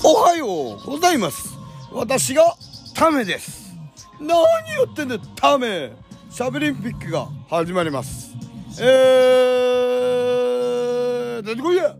おはようございます。私がタメです。何言ってんだよタメ。しゃべりンピックが始まります。出てこいや。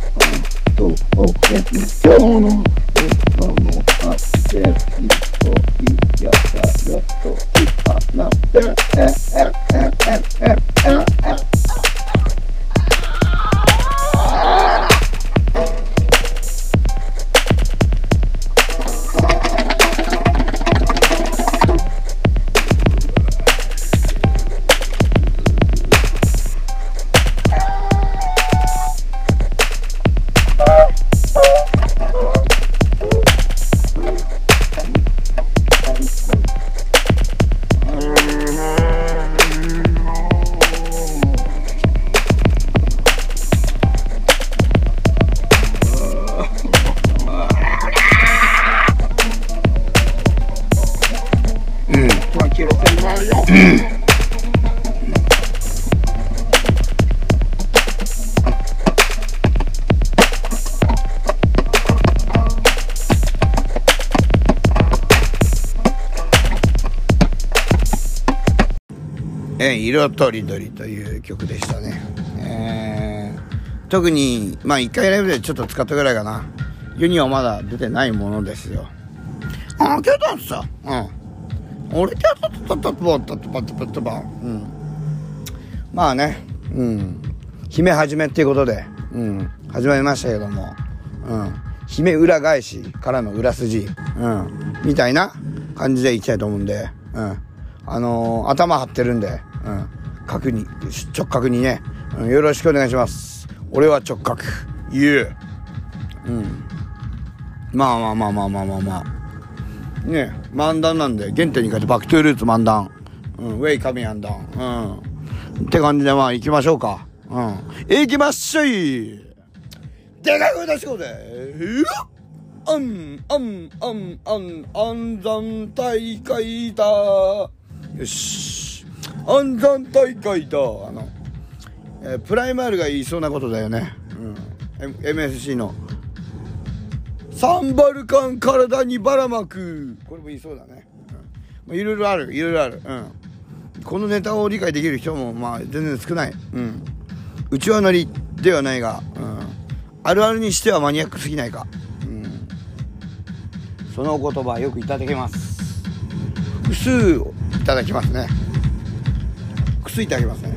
今日のあって色とりどりという曲でしたね。特に1回ライブでちょっと使ったぐらいかな。世にはまだ出てないものですよ。あ、けどさ、俺キャタタタタタタタタタタまあね、姫始めっていうことで、始まりましたけども、姫裏返しからの裏筋、みたいな感じでいきたいと思うんで、頭張ってるんで、直角にね、よろしくお願いします。俺は直角。まあ。ね、漫談なんで、原点に書いてバックトゥールーツ漫談。ウェイカミアンダン。って感じで行きましょうか。行きまっしょい。でかい声出してこうぜ。暗算大会だ。よし。暗算大会だ。プライマルが言いそうなことだよね。MSC の。サンバルカン体にばらまく。これも言いそうだね。いろいろある。このネタを理解できる人も全然少ない。うちわ乗りではないが、あるあるにしてはマニアックすぎないか。そのお言葉よくいただけます。複数いただきますね。複数いただきます。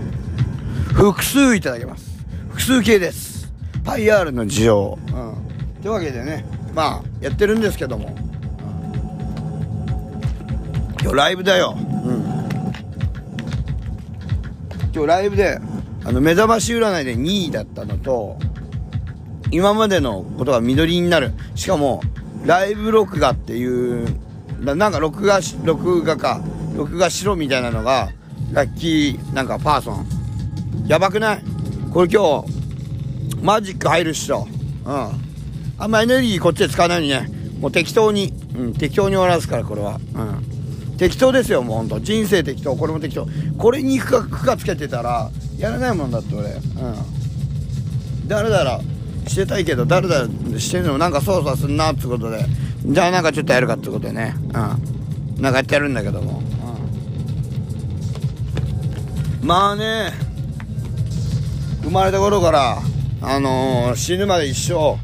複数形です。パイ R の事情。というわけでね、やってるんですけども、今日ライブだよ。今日ライブで目覚まし占いで2位だったのと、今までのことが緑になる。しかもライブ録画っていうなんか録画しろみたいなのがラッキーパーソン。やばくない？これ今日マジック入るっしょ。あんまエネルギーこっちで使わないのにね、もう適当に終わらすから、これは。適当ですよ、もうほんと。人生適当、これも適当。これに負荷つけてたらやらないもんだって俺。だらだらしてたいけど、だらだらしてるのも操作すんなってことで、じゃあちょっとやるかってことでね、やってやるんだけども、生まれた頃から死ぬまで一生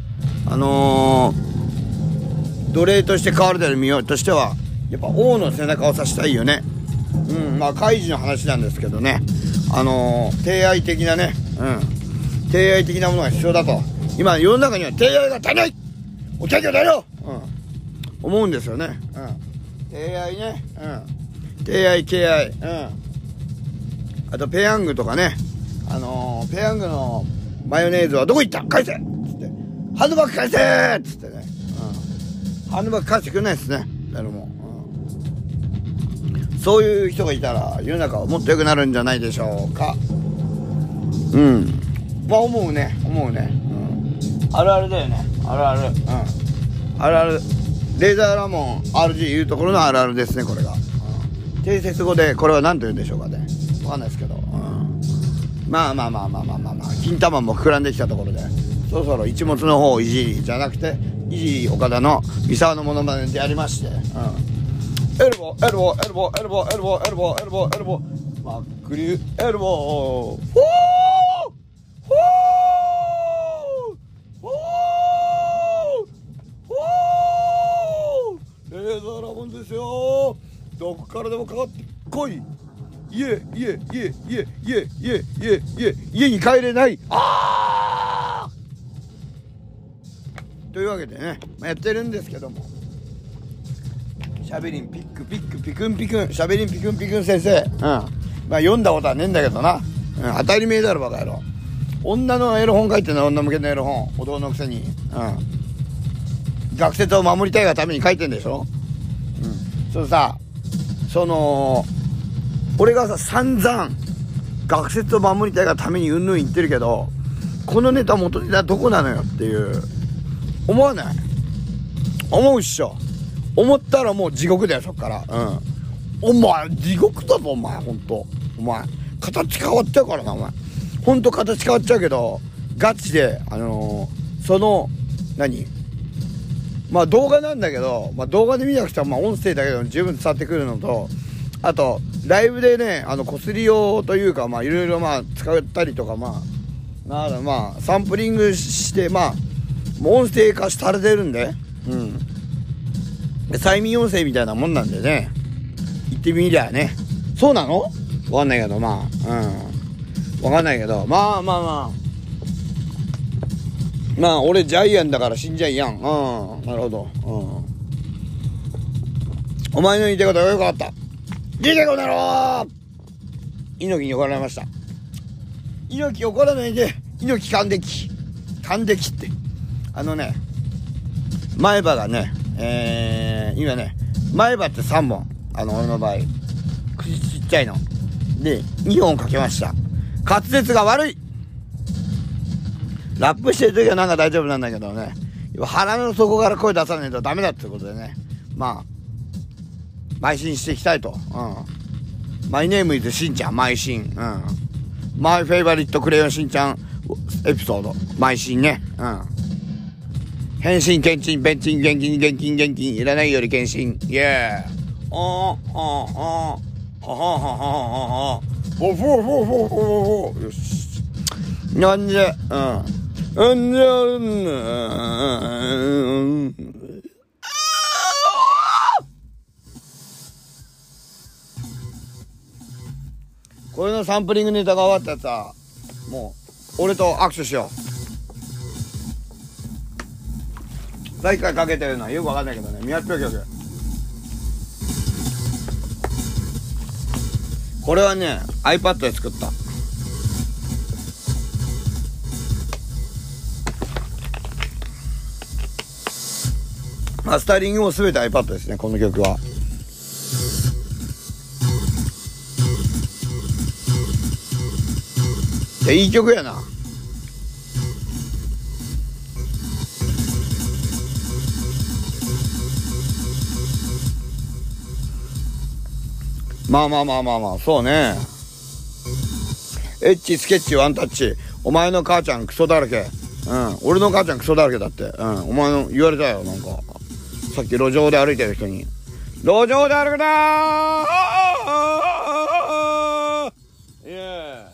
奴隷として飼われてる身としてはやっぱ王の背中を刺したいよね。開示の話なんですけどね、敬愛的なね、敬愛的なものが必要だと。今世の中には敬愛が足りない、お茶がだよ、思うんですよね。敬愛ね、敬愛敬愛、あとペヤングとかね、ペヤングのマヨネーズはどこ行った、返せっつって、ハンドバッグ返せっつってね、ハンドバッグ返してくれないですね、誰も。そういう人がいたら世の中はもっと良くなるんじゃないでしょうか。思うね、あるあるだよね、あるある、あるある。レーザーラモン RG いうところのあるあるですね、これが。定説語でこれは何と言うんでしょうかね、わかんないですけど、金玉も膨らんできたところで、そろそろ一物の方をいじりじゃなくて、いじり岡田の三沢のモノマネでやりまして、エルボーエルボーエルボーエルボーエルボーエルボーエルボーエルボーマックリエルボー、フォーフォーフォーフォー、レーザーラモンですよ、どこからでもかかってこい、 家に帰れない。というわけでね、やってるんですけども、しゃべりんピックピックピクンピクン、しゃべりんピクンピクン先生、読んだことはねえんだけどな、当たり前だろバカ野郎。女のエロ本書いてんの、女向けのエロ本、男のくせに、学説を守りたいがために書いてんでしょ。俺がさ、散々学説を守りたいがためにうんぬん言ってるけど、このネタ元ネタどこなのよっていう、思わない？思うっしょ。思ったらもう地獄だよ、そっから。お前地獄だぞお前、ほんとお前形変わっちゃうからな、お前ほんと形変わっちゃうけど、ガチで動画なんだけど、動画で見なくても音声だけでも十分伝わってくるのと、あとライブでね、こすり用というか、いろいろ使ったりとか、サンプリングして音声化されてるんで、催眠音声みたいなもんなんでね、言ってみりゃね。そうなの？わかんないけど、わかんないけど、俺ジャイアンだから死んじゃいやん。なるほど。お前の言いたいことはよくわかった。出てこなろ！猪木に怒られました。猪木怒らないで、猪木還暦って。前歯がね、今ね、前歯って3本。俺の場合。口ちっちゃいの。で、2本かけました。滑舌が悪い！ラップしてる時はなんか大丈夫なんだけどね。腹の底から声出さないとダメだってことでね。邁進していきたいと。My name is しんちゃん、邁進。My favorite クレヨンしんちゃんエピソード。邁進ね。返信、献金、弁金、現金、いらないより献身。イエー。よし。なんで、これのサンプリングネタが終わったやつは、もう、俺と握手しよう。第1回かけてるのはよくわかんないけどね、宮っぴょ曲。これはね、iPad で作った。マスタリングも全て iPad ですね、この曲は。いい曲やな。そうね。エッチ、スケッチ、ワンタッチ。お前の母ちゃんクソだらけ。俺の母ちゃんクソだらけだって。お前の言われたよ、なんか。さっき路上で歩いてる人に。路上で歩くなー！イエー。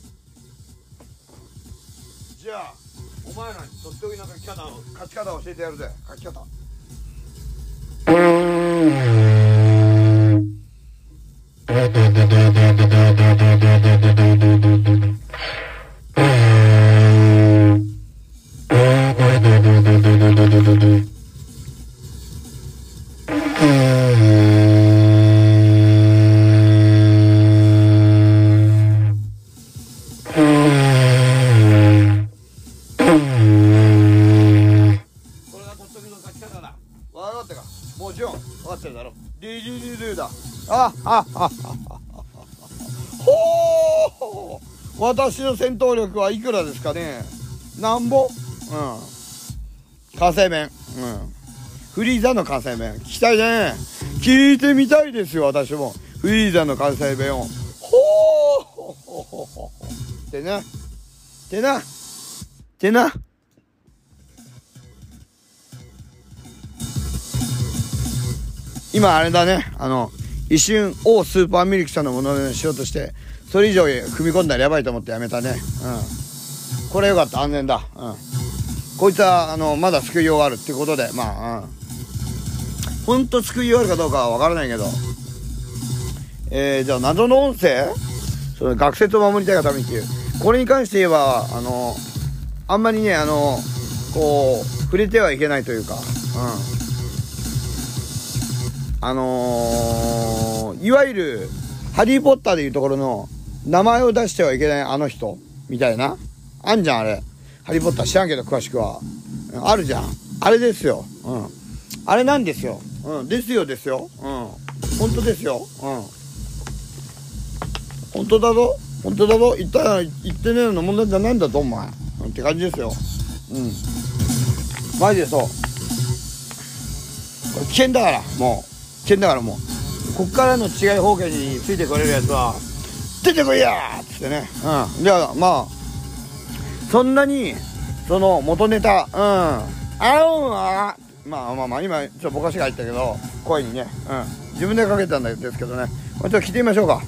じゃあ、お前らにとっておきの書き方を教えてやるぜ。書き方。私の戦闘力はいくらですかね。なんぼ？関西弁。フリーザの関西弁聞きたいね。聞いてみたいですよ、私も。フリーザの関西弁を。ってな。今あれだね、一瞬スーパーミルクさんのものにしようとして、それ以上踏み込んだらやばいと思ってやめたね。これよかった、安全だ。こいつはまだ救いようがあるっていうことで、ほんと救いようあるかどうかはわからないけど、 じゃあ謎の音声、その学説を守りたいがためにっていう、これに関して言えばあんまりねこう触れてはいけないというか、いわゆるハリーポッターでいうところの名前を出してはいけないあの人みたいな、あんじゃん、あれハリーポッター知らんけど詳しくはあるじゃん、あれですよ、あれなんですよ、ですよ、本当ですよ、本当だぞ言ってねえの問題じゃないんだぞお前、って感じですよ。マジでそう、これ危険だから、もうこっからの違い方形についてこれるやつは出てこいやーっつってね、じゃあまあそんなにその元ネタまあ今ちょっとぼかしが入ったけど声にね、自分でかけたんですけどね、ちょっと聞いてみましょうか。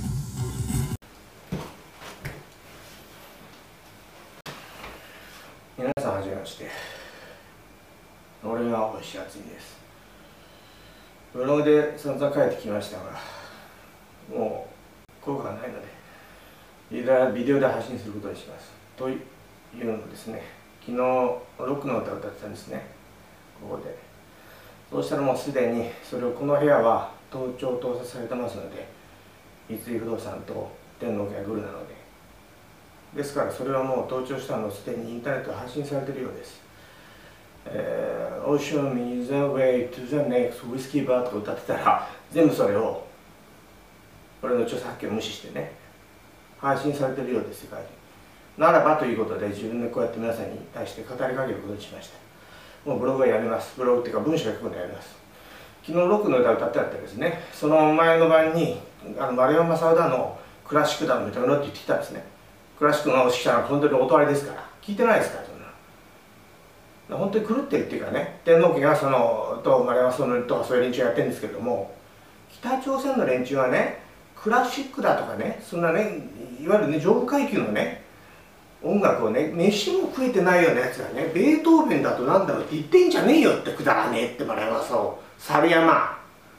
皆さんはじめまして、俺が青石厚美です。ブログで散々書いてきましたが、もう効果がないのでビデオで発信することにします。というのもですね、昨日ロックの歌を歌ってたんですね、ここで。そうしたらもうすでにそれを、この部屋は盗聴盗撮されてますので、三井不動産と天皇家グルなので、ですからそれはもう盗聴したのをすでにインターネットで発信されているようです。Ocean is the way to the next whiskey bar とか歌ってたら、全部それを俺の著作権を無視してね配信されているようです、世界に。ならばということで、自分でこうやって皆さんに対して語りかけることにしました。もうブログはやめます。ブログっていうか文章を書くのやめます。昨日ロックの歌を歌ってあってですね、その前の晩に丸山正雄だのクラシックだの認めろって言ってきたんですね。クラシックの指揮者は本当におとわりですから、聞いてないですから、そんな本当に狂ってるっていうかね、天皇家がと丸山正雄とかそういう連中やってるんですけれども、北朝鮮の連中はね、クラシックだとかね、そんなね、いわゆるね、上部階級のね音楽をね、飯も食えてないようなやつがね、ベートーベンだとなんだろうって言ってんじゃねえよって、くだらねえって丸山正雄、猿山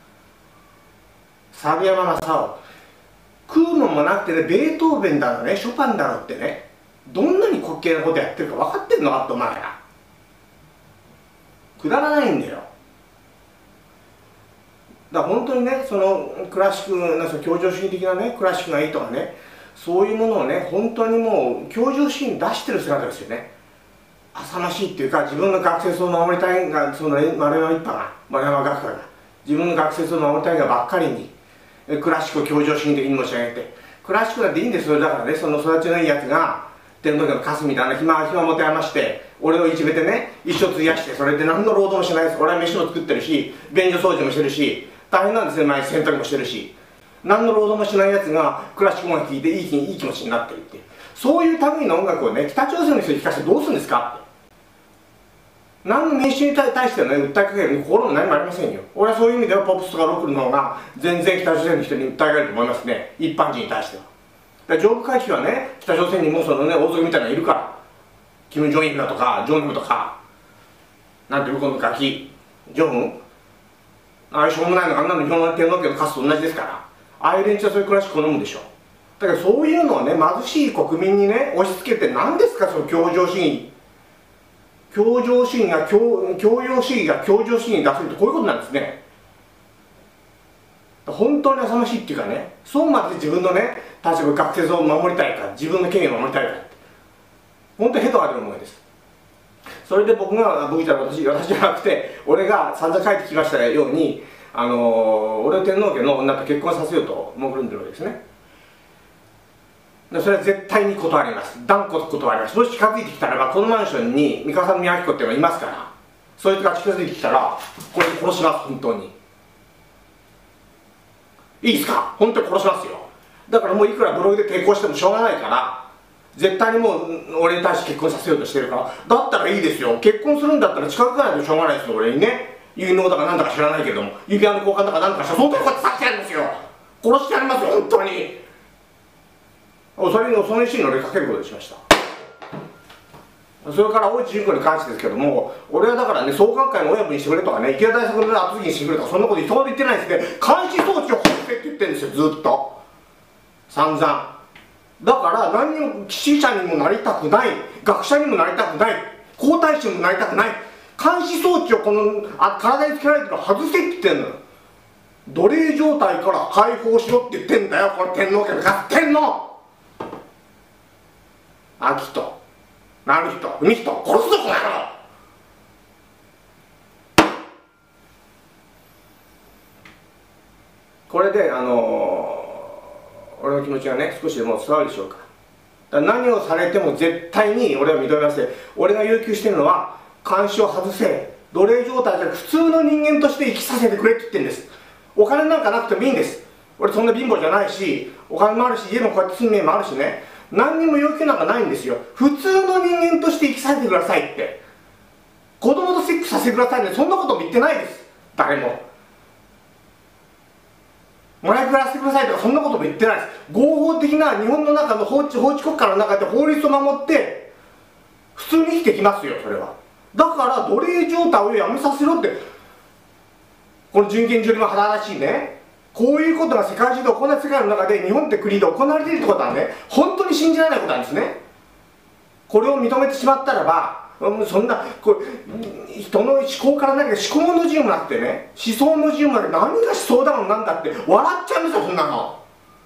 正雄、食うのもなくてね、ベートーベンだろね、ショパンだろってね、どんなに滑稽なことやってるか分かってんのかって、お前らくだらないんだよ。だから本当にね、そのクラシックな、その教条主義的なね、クラシックがいいとかね、そういうものをね、本当にもう教条主義に出してる姿ですよね。浅ましいっていうか、自分の学説を守りたいが、その丸山一派が、丸山学科が自分の学説を守りたいがばっかりにクラシックを教条主義的に持ち上げて、クラシックだっていいんです。それだからね、その育ちのいいやつが天皇家のカスみたいな暇持て余して俺をいじめてね、一生費やして、それで何の労働もしないです。俺は飯も作ってるし、便所掃除もしてるし、大変なんですね、毎日洗濯もしてるし、何の労働もしないやつがクラシック音楽聴いていい気持ちになってるって、そういう類の音楽をね、北朝鮮の人に聴かせてどうするんですかって。何の民主に対しての、ね、訴えかける心も何もありませんよ。俺はそういう意味ではポップスとかロックの方が全然北朝鮮の人に訴えかけると思いますね、一般人に対しては。だから上部階級はね、北朝鮮にもそのね、王族みたいなのがいるから、キム・ジョンイルだとか、ジョンムとか、なんていうこのガキ、ジョン、ああいうしょうもないの、あんなの日本の天皇家のカスと同じですから、ああいう連中はそういうクラシックを飲むでしょ。だからそういうのをね、貧しい国民にね、押し付けて、何ですか、その教条主義。教養主義が教養主義が教条主義に出せるってこういうことなんですね。本当に浅ましいっていうかね、そうまで自分のね、立場、学説を守りたいか、自分の権威を守りたいかって、本当にヘドが出る思いです。それで僕じゃ私じゃなくて、俺が散々書いてきましたように、俺を天皇家の女と結婚させようと目論んでるわけですね。それは絶対に断ります。断固断ります。もし近づいてきたらば、このマンションに三笠宮明子っていうのがいますから、そいつが近づいてきたらこれで殺します。本当にいいですか、本当に殺しますよ。だからもういくらブログで抵抗してもしょうがないから、絶対にもう俺に対して結婚させようとしてるから、だったらいいですよ。結婚するんだったら近づかないとしょうがないですよ。俺にね、結納だかなんだか知らないけども、指輪の交換だかなんだかしたら、本当にこうやってさせてやるんですよ。殺してやりますよ、本当に。その石に俺かけることにしました。それから大内純子に関してですけども、俺はだからね、創価会の親分にしてくれとかね、池田大作の後継ぎにしてくれとか、そんなこと一言も言ってないですね。監視装置を放ってって言ってるんですよ、ずっと。 散々。だから何にも記者にもなりたくない、学者にもなりたくない、皇太子にもなりたくない。監視装置をこの体につけられてるの外せって言ってんのよ。奴隷状態から解放しろって言ってんだよ、これ天皇家の天皇。明人、成人、海人、殺すぞこの野郎。これで俺の気持ちがね少しでも伝わるでしょうか。だから何をされても絶対に俺は認めません。俺が要求してるのは監視を外せ、奴隷状態じゃ普通の人間として生きさせてくれって言ってるんです。お金なんかなくてもいいんです。俺そんな貧乏じゃないし、お金もあるし、家もこうやって住んでもあるしね、何にも要求なんかないんですよ。普通の人間として生きさせてくださいって、子供とセックスさせてくださいって、そんなことも言ってないです。誰も麻薬やらせてくださいとかそんなことも言ってないです。合法的な日本の中の法治国家の中で法律を守って普通に生きてきますよ、それは。だから奴隷状態をやめさせろって、この人権上にも腹らしいね、こういうことが世界中で行われて、世界の中で日本って国で行われているってことはね、本当に信じられないことなんですね。これを認めてしまったらば、そんな人の思考から何か思考の自由もなくてね、思想の自由まで何が思想だもんなんだって笑っちゃうんですよ、そんなの。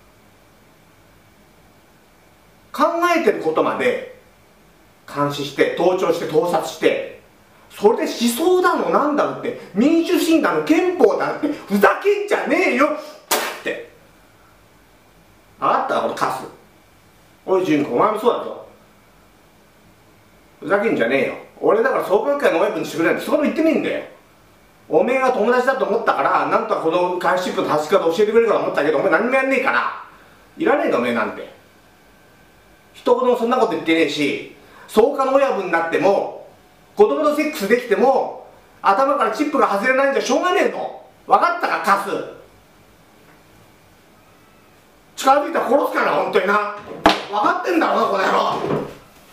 考えてることまで監視して盗聴して盗撮して、それで思想だのなんだのって民主主義だの憲法だのってふざけんじゃねえよって分かった、このカス。おい純子、お前もそうだぞ。ふざけんじゃねえよ。俺だから創価学会の親分にしてくれないってそこも言ってねえんだよ。おめえが友達だと思ったからなんとかこの監視チップの発し方教えてくれるかと思ったけど、お前何もやんねえからいらねえんだおめえなんて。一言もそんなこと言ってねえし、創価の親分になっても子供とセックスできても頭からチップが外れないんじゃしょうがねえの。分かったかカス。近づいたら殺すから本当にな。分かってんだろうなこの野郎。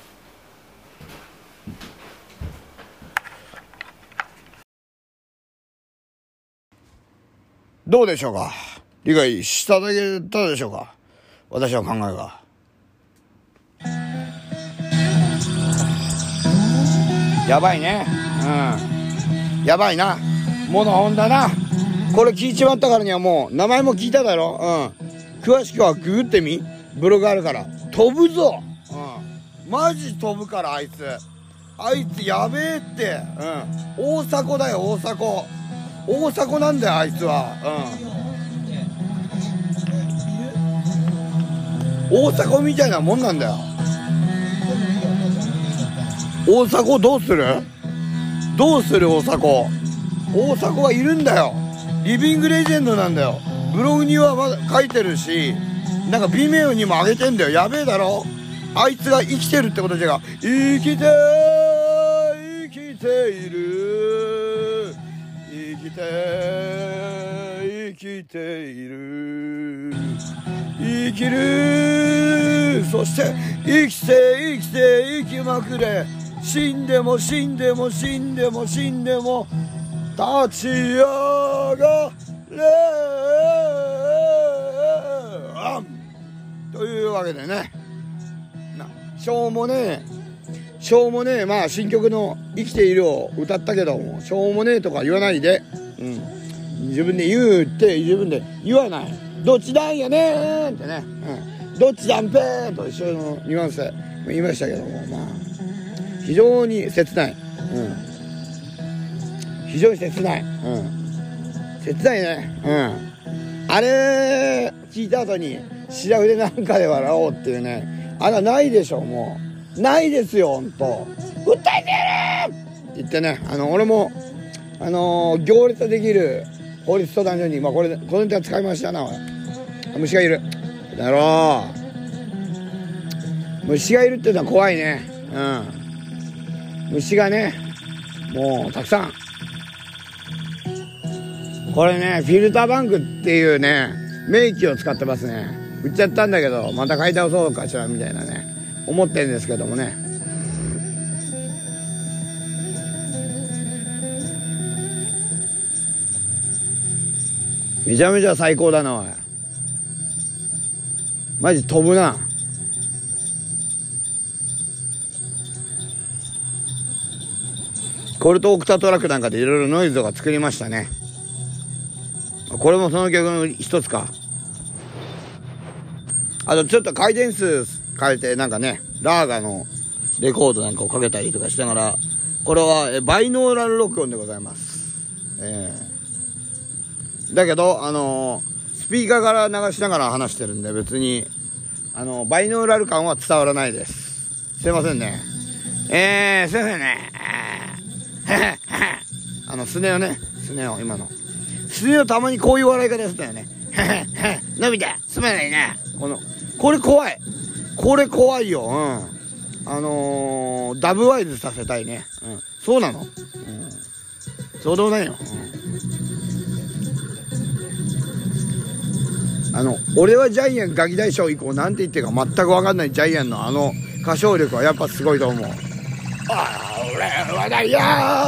どうでしょうか。理解しただけたでしょうか。私の考えが。やばいね。やばいな。モノホンだな。これ聞いちまったからにはもう名前も聞いただろ。詳しくはググってみ。ブログあるから飛ぶぞ。マジ飛ぶからあいつやべえって。大迫だよ、大迫なんだよあいつは。大迫みたいなもんなんだよ。大迫どうする大迫はいるんだよ。リビングレジェンドなんだよ。ブログにはまだ書いてるし、なんか Vimeo にも上げてんだよ。やべえだろ。あいつが生きてるってことじゃが、生きている、生きている、生きる、そして生きまくれ、死んでも立ち上がれ。というわけでね、しょうもねえ、まあ新曲の生きているを歌ったけども、しょうもねえとか言わないで、自分で言わない。どっちだんやねーってね、どっちだんぺーと一緒のニュアンスで言いましたけども、まあ非常に切ない、非常に切ない、切ないね。あれ聞いた後にシラフでなんかで笑おうっていうね、あれはないでしょ。もうないですよ、ほんと。訴えてやるって言ってね、俺も行列できる法律相談所に、このネタ使いましたな。虫がいるだろう。虫がいるっていうのは怖いね。虫がね、もうたくさん。これね、フィルターバンクっていうね、名機を使ってますね。売っちゃったんだけど、また買い倒そうかしらみたいなね、思ってるんですけどもね。めちゃめちゃ最高だな、おい。 マジ飛ぶな。これとオクタトラックなんかでいろいろノイズとか作りましたね。これもその曲の一つか。あとちょっと回転数変えてなんかね、ラーガのレコードなんかをかけたりとかしながら、これはバイノーラル録音でございます。だけどスピーカーから流しながら話してるんで、別にバイノーラル感は伝わらないです。すいませんね。すいませんね。スネ夫ね、スネ夫、今のスネ夫たまにこういう笑い方するんだよね。伸びた、すまないな。これ怖い、これ怖いよ。ダブワイズさせたいね。そうなの？そうでもないよ。俺はジャイアンガキ大将以降なんて言ってるか全く分かんないジャイアンの歌唱力はやっぱすごいと思う。俺はだよ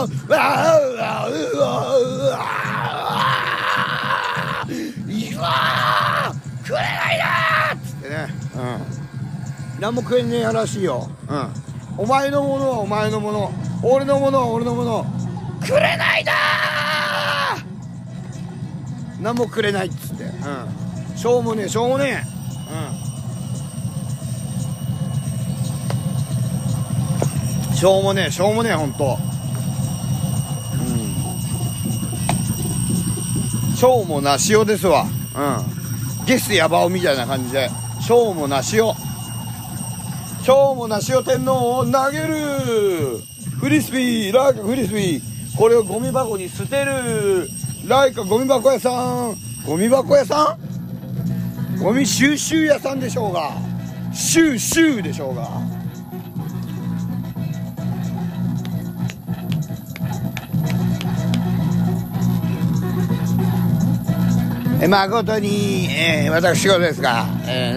食えないなーっつってね。何も食えねえやらしいよ。お前のものはお前のもの、俺のものは俺のもの、くれないだー、何もくれないっつって、しょうもねえしょうもねえ、しょうもねえしょうもねえ、ほんと。しょうもなしおですわ。ゲスヤバオみたいな感じで、しょうもなしお、しょうもなしお天皇を投げる、フリスビー、ライカフリスビー、これをゴミ箱に捨てる、ライカゴミ箱屋さん、ゴミ箱屋さん、ゴミ収集屋さんでしょうが、シューシューでしょうが。誠に、私事ですが、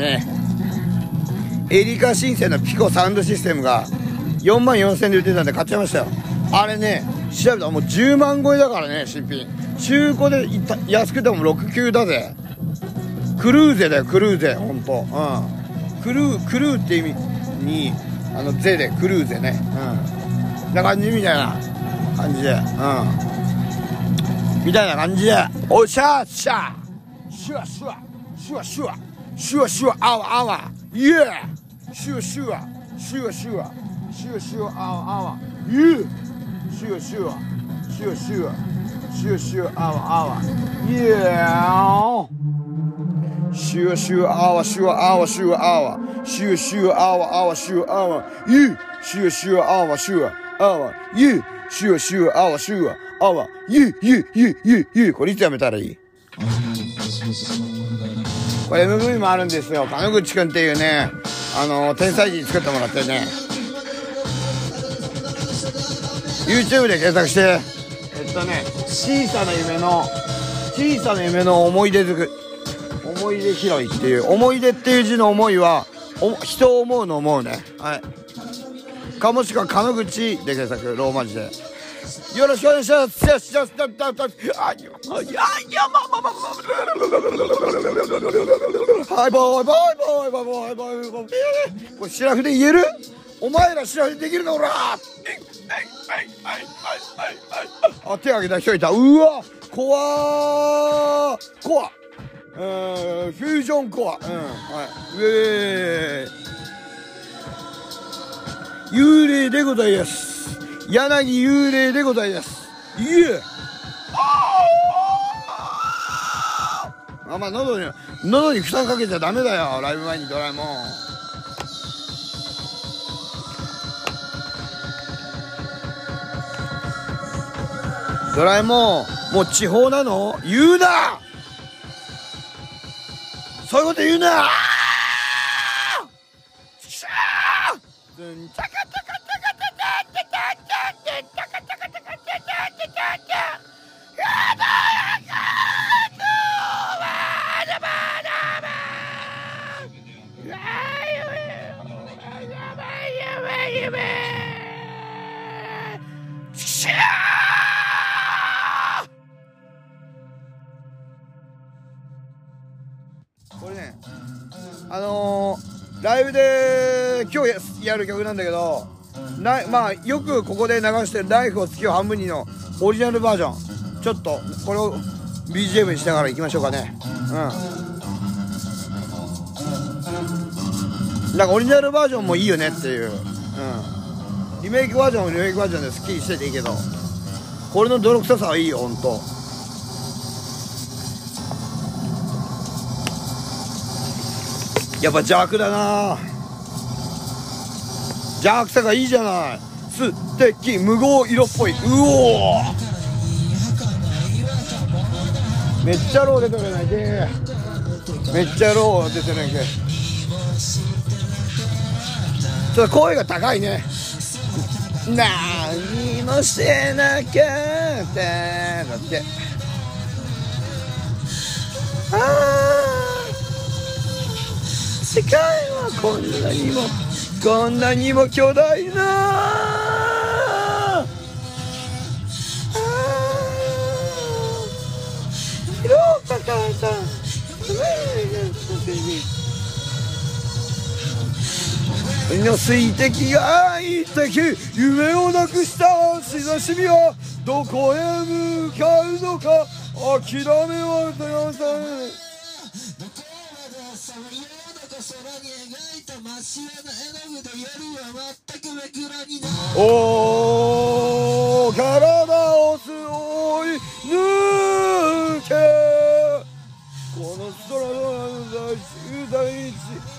エリカシンセのピコサウンドシステムが44,000で売ってたんで買っちゃいましたよ。あれね、調べたらもう10万超えだからね、新品。中古で安くても6、9だぜ。クルーゼだよ、クルーゼ、ほんと。クルーって意味に、ゼで、クルーゼね。な感じみたいな感じで、みたいな感じで、おっしゃーしゃーシュワシュワシュワシュワシュワシュワアワアワイエーシュワシュワシュワシュワシュワシュワアワアワイエーシュワシュワシュワシュワシュワシュワアワアワイエーシュワシュワアワシュワアワシュワアワシュワシュワアワアワシュワアワイエーシュワシュワアワシュワアワイエーシュワシュワアワシュワアワイエーイエーイエーイエーイエー。これいつやめたらいい？これ MV もあるんですよ。金口くんっていうね、天才児に作ってもらってね、 YouTube で検索して、小さな夢の思い出拾いっていう、思い出っていう字の思いは人を思うの思うね、かもしくは金口で検索、ローマ字でよろしくお願いします。はいボーイボーイボーイボーイボーイボーイボーイ。これシラフで言える？お前らシラフでできるかおら。あ、手挙げた人いた。うわ怖ーコア、フュージョンコア、幽霊でございます。柳幽霊でございます。いえあんま喉に負担かけちゃダメだよ、ライブ前に。ドラえもん、ドラえもん、もう地方なの？言うな、そういうこと言うな。これね、 ライブで今日やる曲なんだけど、まあよくここで流してる「ライフを月を半分に」のオリジナルバージョン、ちょっとこれを BGM にしながらいきましょうかね。なんかオリジナルバージョンもいいよねっていう、リメイクバージョンもリメイクバージョンですっきりしてていいけど、これの泥臭さはいいよほんと。やっぱ邪悪だな、邪悪さがいいじゃない。素敵、無謀色っぽい。うおー、めっちゃロー出てるやないけ、めっちゃロー出てるやんけ。ちょっと声が高いね。何もしてなかっただって。世界はこんなにも巨大な色を抱えたの水滴が愛的夢をなくしたしみはどこへ向かうのか諦めは手をさえおー、体を背負い抜けこの空の大地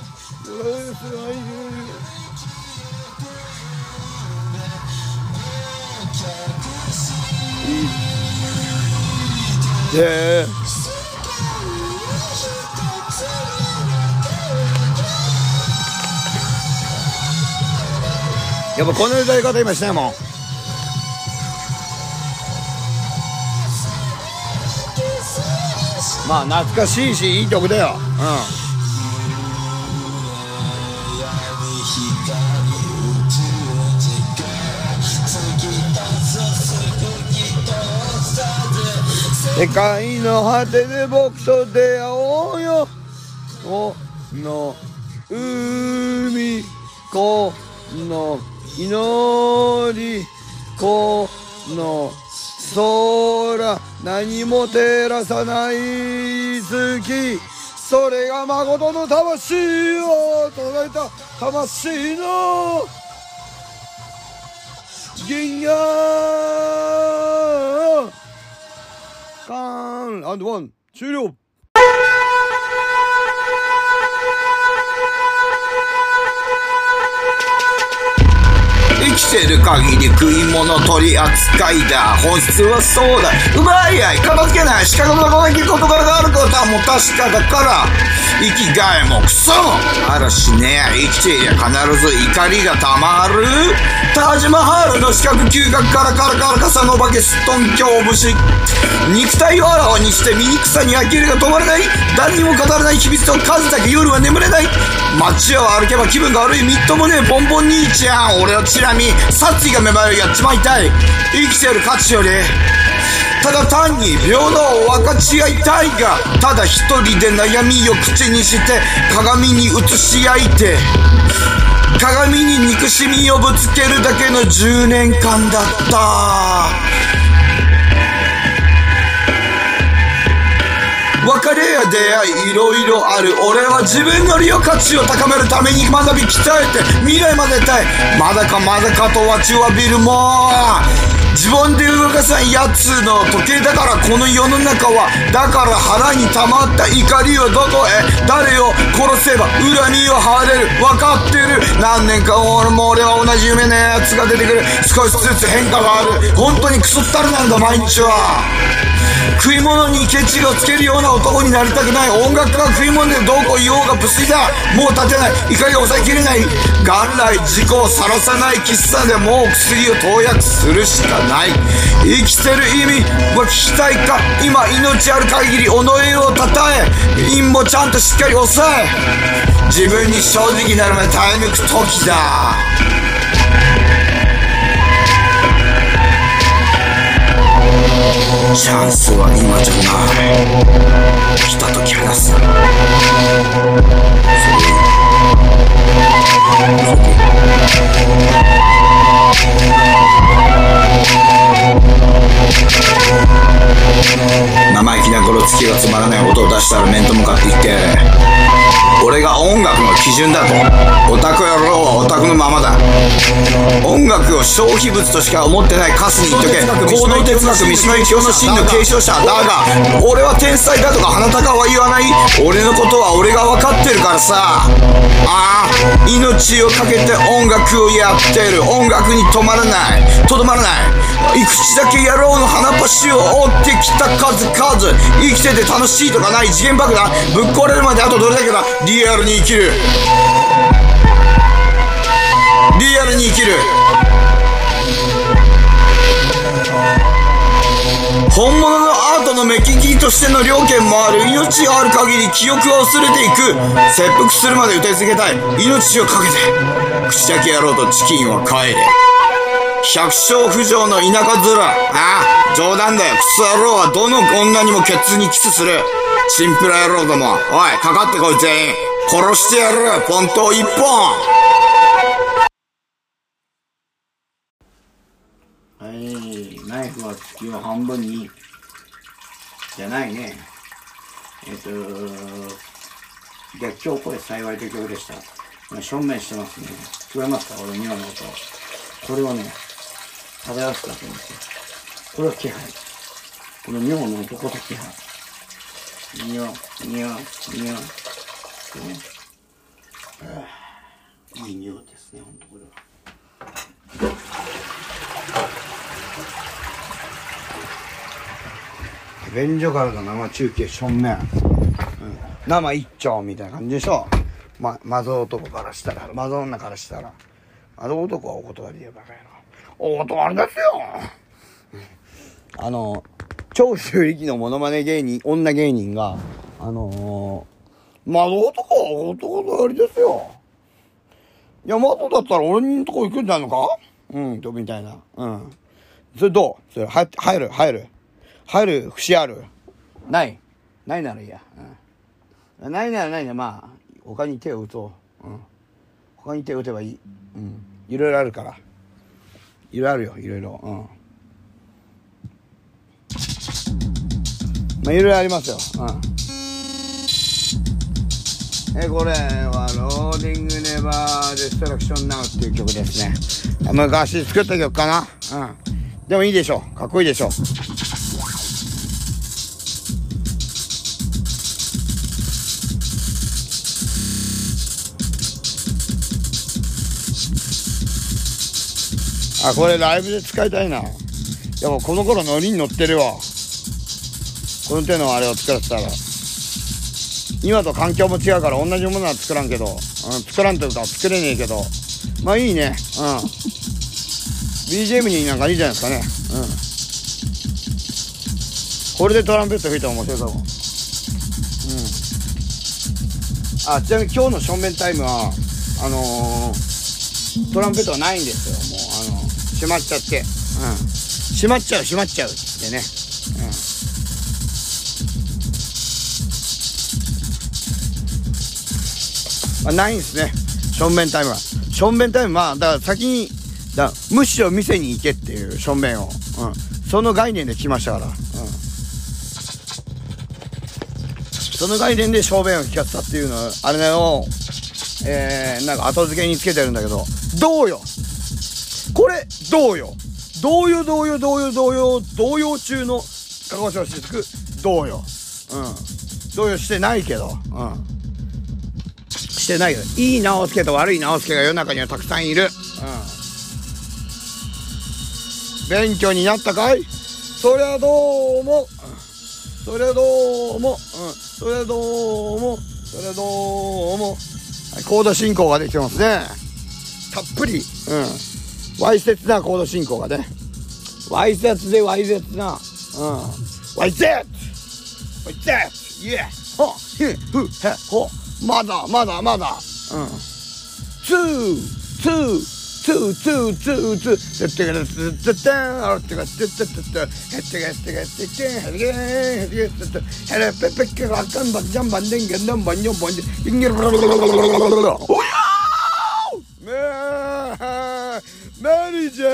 でやっぱこの歌い方今しないもん。まあ懐かしいしいい曲だよ。世界の果てで僕と出会おうよ。この海、この祈り、この空、何も照らさない月、それが誠の魂を捉えた魂の銀河。カーン&ワン終了。生きてる限り食い物取り扱いだ。本質はそうだ。奪い合い片付けない仕方のない事柄があることはもう確かだから、生きがいもクソもあらしねえ。生きていりゃ必ず怒りがたまる。タージマハルの四角嗅覚からカラカラ傘のお化けすっとん強節、肉体をあらわにして醜さに呆れが止まらない。誰にも語らない秘密と数だけ夜は眠れない。街を歩けば気分が悪いみっともねえポンポン兄ちゃん、俺はチラ見殺意が芽生えやっちまいたい。生きてる価値よりただ単に平等を分かち合いたいが、ただ一人で悩みを口にして鏡に映し合いて、鏡に憎しみをぶつけるだけの10年間だった。別れや出会いいろいろある。俺は自分の利用価値を高めるために学び鍛えて未来までたい。まだかと待ちわびるも自分で動かさんやつの時計だからこの世の中は。だから腹に溜まった怒りをどこへ誰を殺せば恨みを晴れる。分かってる。何年か俺は同じ夢のやつが出てくる。少しずつ変化がある。本当にクソったるなんだ毎日は。食い物にケチをつけるような男になりたくない。音楽が食い物でどうこう言おうが不粋だ。もう立てない。怒りが抑えきれない。元来事故をさらさない喫茶でもう薬を投薬するしかない。生きてる意味は聞きたいか。今命ある限り己をたたえ、陰もちゃんとしっかり抑え、自分に正直なるまで耐え抜く時だ。チャンスは今じゃない。来た時話す。 ならない音を出したら面と向かって言ってやれ。俺が音楽の基準だと。オタク野郎はオタクのままだ。音楽を消費物としか思ってないカスに言っとけ。行動哲学三島由紀夫の真の継承者だが、俺は天才だとか鼻高は言わない。俺のことは俺が分かってるからさ。命をかけて音楽をやってる。音楽に止まらない、とどまらない。いくちだけ野郎の鼻っ端を追ってきた数々。生きてて楽しいとかない次元爆弾ぶっ壊れるまであとどれだけだ。リアルに生きる、リアルに生きる。本物のアートの目利きとしての了見もある。命がある限り記憶は薄れていく。切腹するまで歌い続けたい。命をかけて口だけ野郎とチキンは帰れ。百姓不浄の田舎面。冗談だよ。クソ野郎はどの女にもケツにキスする。チンプラ野郎ども、おいかかってこい。全員殺してやる。ポント一本。はい、ナイフは月を半分にじゃないね。逆境を超え幸いという曲でした。正面してますね。聞こえますか、俺の庭の音。これをね、漂わせたと思うんですよ。これは気配。この尿の音、こそ気配。尿、いい尿ですね、ほんとこれは。便所からの生中継正面、生一丁みたいな感じでしょ。マゾ男からしたら、マゾ女からしたら、マゾ男はお断りでバカ野郎。お断りですよ。長州力のモノマネ芸人、女芸人が、マゾ男はお断りですよ。いや、マゾだったら俺のとこ行くんじゃないのかと、みたいな。それどうそれ、入る節あるないならいいや。ないなら、まあ、他に手を打とう。他に手を打てばいい。いろいろあるから。いろいろあるよ、いろいろ。まあ、いろいろありますよ。これは、ローディングネバーデストラクションナウっていう曲ですね。昔作った曲かな。でもいいでしょ。かっこいいでしょ。これライブで使いたいな。でもこの頃ノリに乗ってるわ。この手のあれを作らせたら。今と環境も違うから同じものは作らんけど、作らんというか作れねえけど、まあいいね。BGM になんかいいじゃないですかね。これでトランペット吹いたら面白いかも。ちなみに今日の正面タイムはトランペットはないんですよ。もう閉まっちゃって、閉まっちゃうってね。ないんですね、正面タイムは。正面タイムだから先にむしろ店に行けっていう正面を、その概念で来ましたから、その概念で正面を聞かせたっていうのはあれを、なんか後付けにつけてるんだけど、どうよこれ、どうよ同様中の鹿児島市区同様。同様してないけど、してないけど、いい直輔と悪い直輔が世の中にはたくさんいる。勉強になったかい？そりゃどうも。コード進行ができてますね。たっぷり。わいせつなコード進行がね。わいせつな。イエーほひふへほまだ。ツーメリーち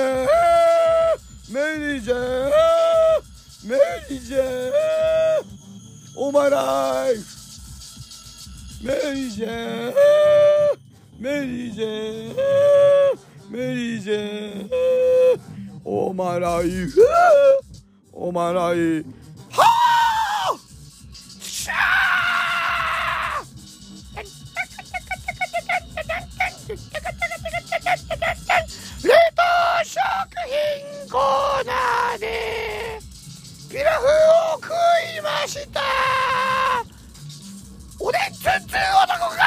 ゃんおオーマイライフメリージェンメリージェンメリージェンオーマイライフオーマイライフはあシャー冷凍食品コーナーでピラフを食いました。おでんつんつん男か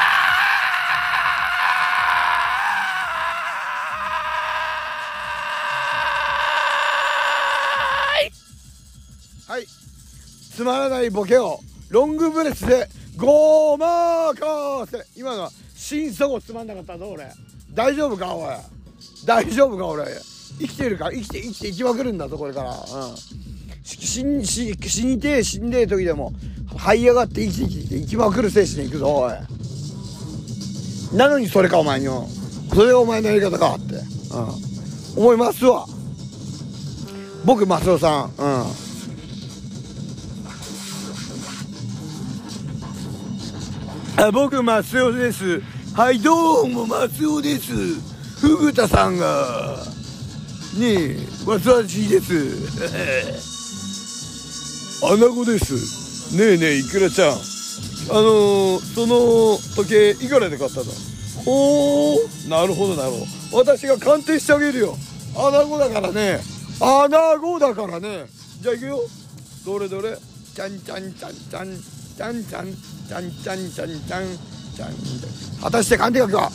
はい、つまらないボケをロングブレスでごまかせ。今のは心底つまんなかったぞ俺。大丈夫かおい、大丈夫か俺。生きてるか、生きていきまくるんだぞこれから。死にてえ死んでえ時でも這い上がって生きまくる精神でいくぞおい。なのにそれかお前によ、それがお前のやり方かって、思いますわ僕マスオさん。僕マスオです。はいどうもマスオです。フグタさんがねえ私ですアナゴです。ねえねえイクラちゃん、その時計いくらで買ったの？ほー、なるほどなるほど、私が鑑定してあげるよ。アナゴだからね、アナゴだからね。じゃあいくよ。どれどれ、ちゃんちゃんちゃんちゃんちゃんちゃんちゃんちゃんちゃんちゃんちゃん。果たして鑑定額は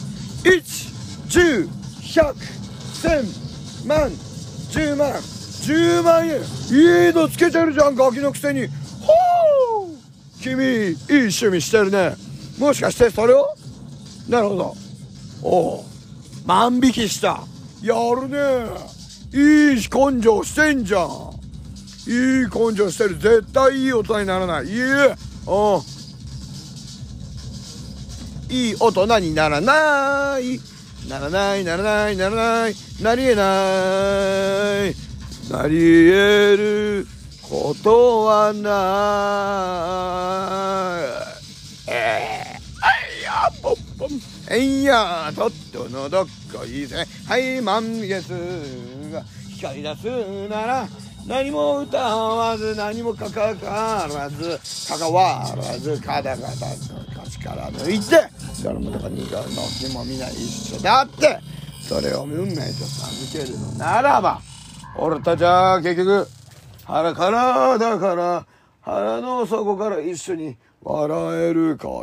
1、10、100、1000万、10万、10万円。いいのつけてるじゃんガキのくせに。ほー、君いい趣味してるね。もしかしてそれを、なるほど、おう万引きした。やるね、いい根性してんじゃん。いい根性してる。絶対いい大人にならない。いいえ、いい大人にならない、ならないならないならない、なりえない、なりえることはない。やポッポン、やとっとのどっこいぜ。はい満月が光り出すなら、何も歌わず何も関わらずカタカタと力抜いて、誰もとかにがの気もみない一緒だって、それを運命と授けるのならば、俺たちは結局腹からだから、腹の底から一緒に笑えるから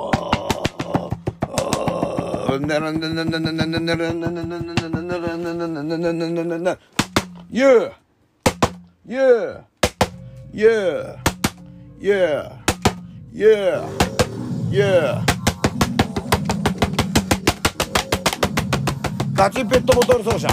。Yeah Yeah Yeah Yeah Yeah Yeah ガチペットボトル奏者。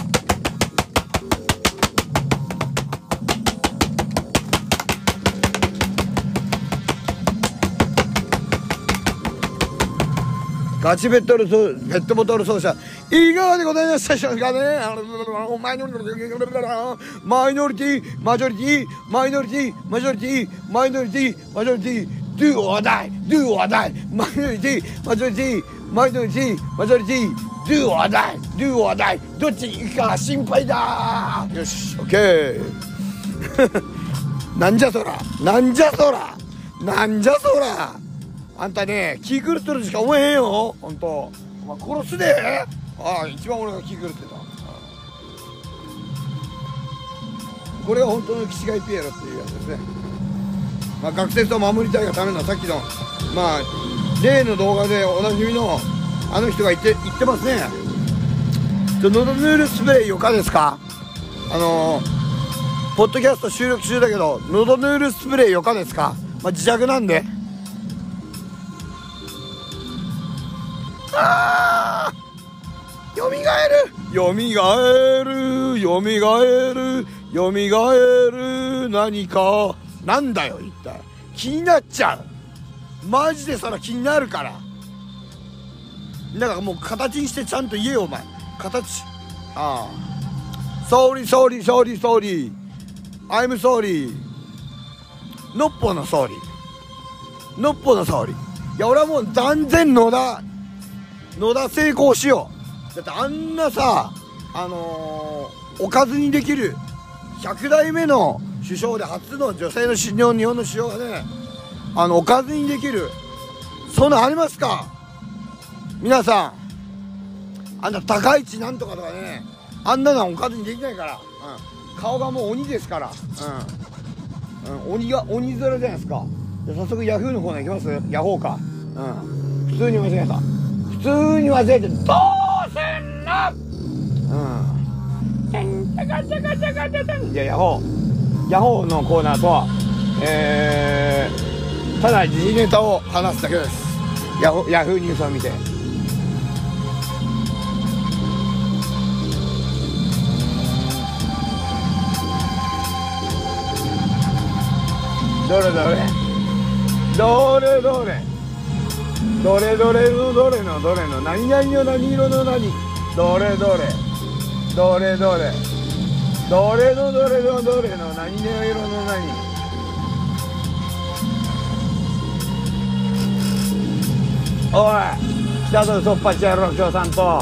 ガチペットボトル奏者いかがでございましたでしょうかね。マイノリティマジョリティマイノリティマジョリティマイノリティマジョリティ Do or die Do or die マイノリティマジョリティマイノリティマジョリティ Do or die Do or die どっち行くか心配だ。よし OK なんじゃそらなんじゃそらなんじゃそら。あんたね、気狂ってるしか思えへんよ、ほんと。お前殺すで。ああ、一番俺が気狂ってた。これが本当のキシガイピエロっていうやつですね。まあ、学生と守りたいがためのさっきの、まあ、例の動画でおなじみのあの人が言ってますね。喉ヌールスプレーよかですか。ポッドキャスト収録中だけど、喉ヌールスプレーよかですか。まあ、自宅なんで。あー、よみがえるよみがえるよみがえるよみがえる何かなんだよ一体。気になっちゃうマジで。そら気になるから。だからもう形にしてちゃんと言えよお前。形。ああ Sorry I'm sorry のっぽの Sorry のっぽの沙織。いや、俺はもう断然野田成功しよう。だってあんなさ、おかずにできる100代目の首相で初の女性の日本の首相がね、おかずにできる、そんなんありますか皆さん。あんな高市なんとかとかね、あんなのはおかずにできないから、顔がもう鬼ですから、鬼面じゃないですか。じゃ早速ヤフーのコーナー行きます？ヤホーか。普通に間違えた。普通に間違えて、どうすんの？じゃあヤホーのコーナーとは、ただ時事ネタを話すだけです。ヤフーニュースを見て。どれの何々の何色の何、どれの何々色の何。おい、北とそっぱちやろ共産党。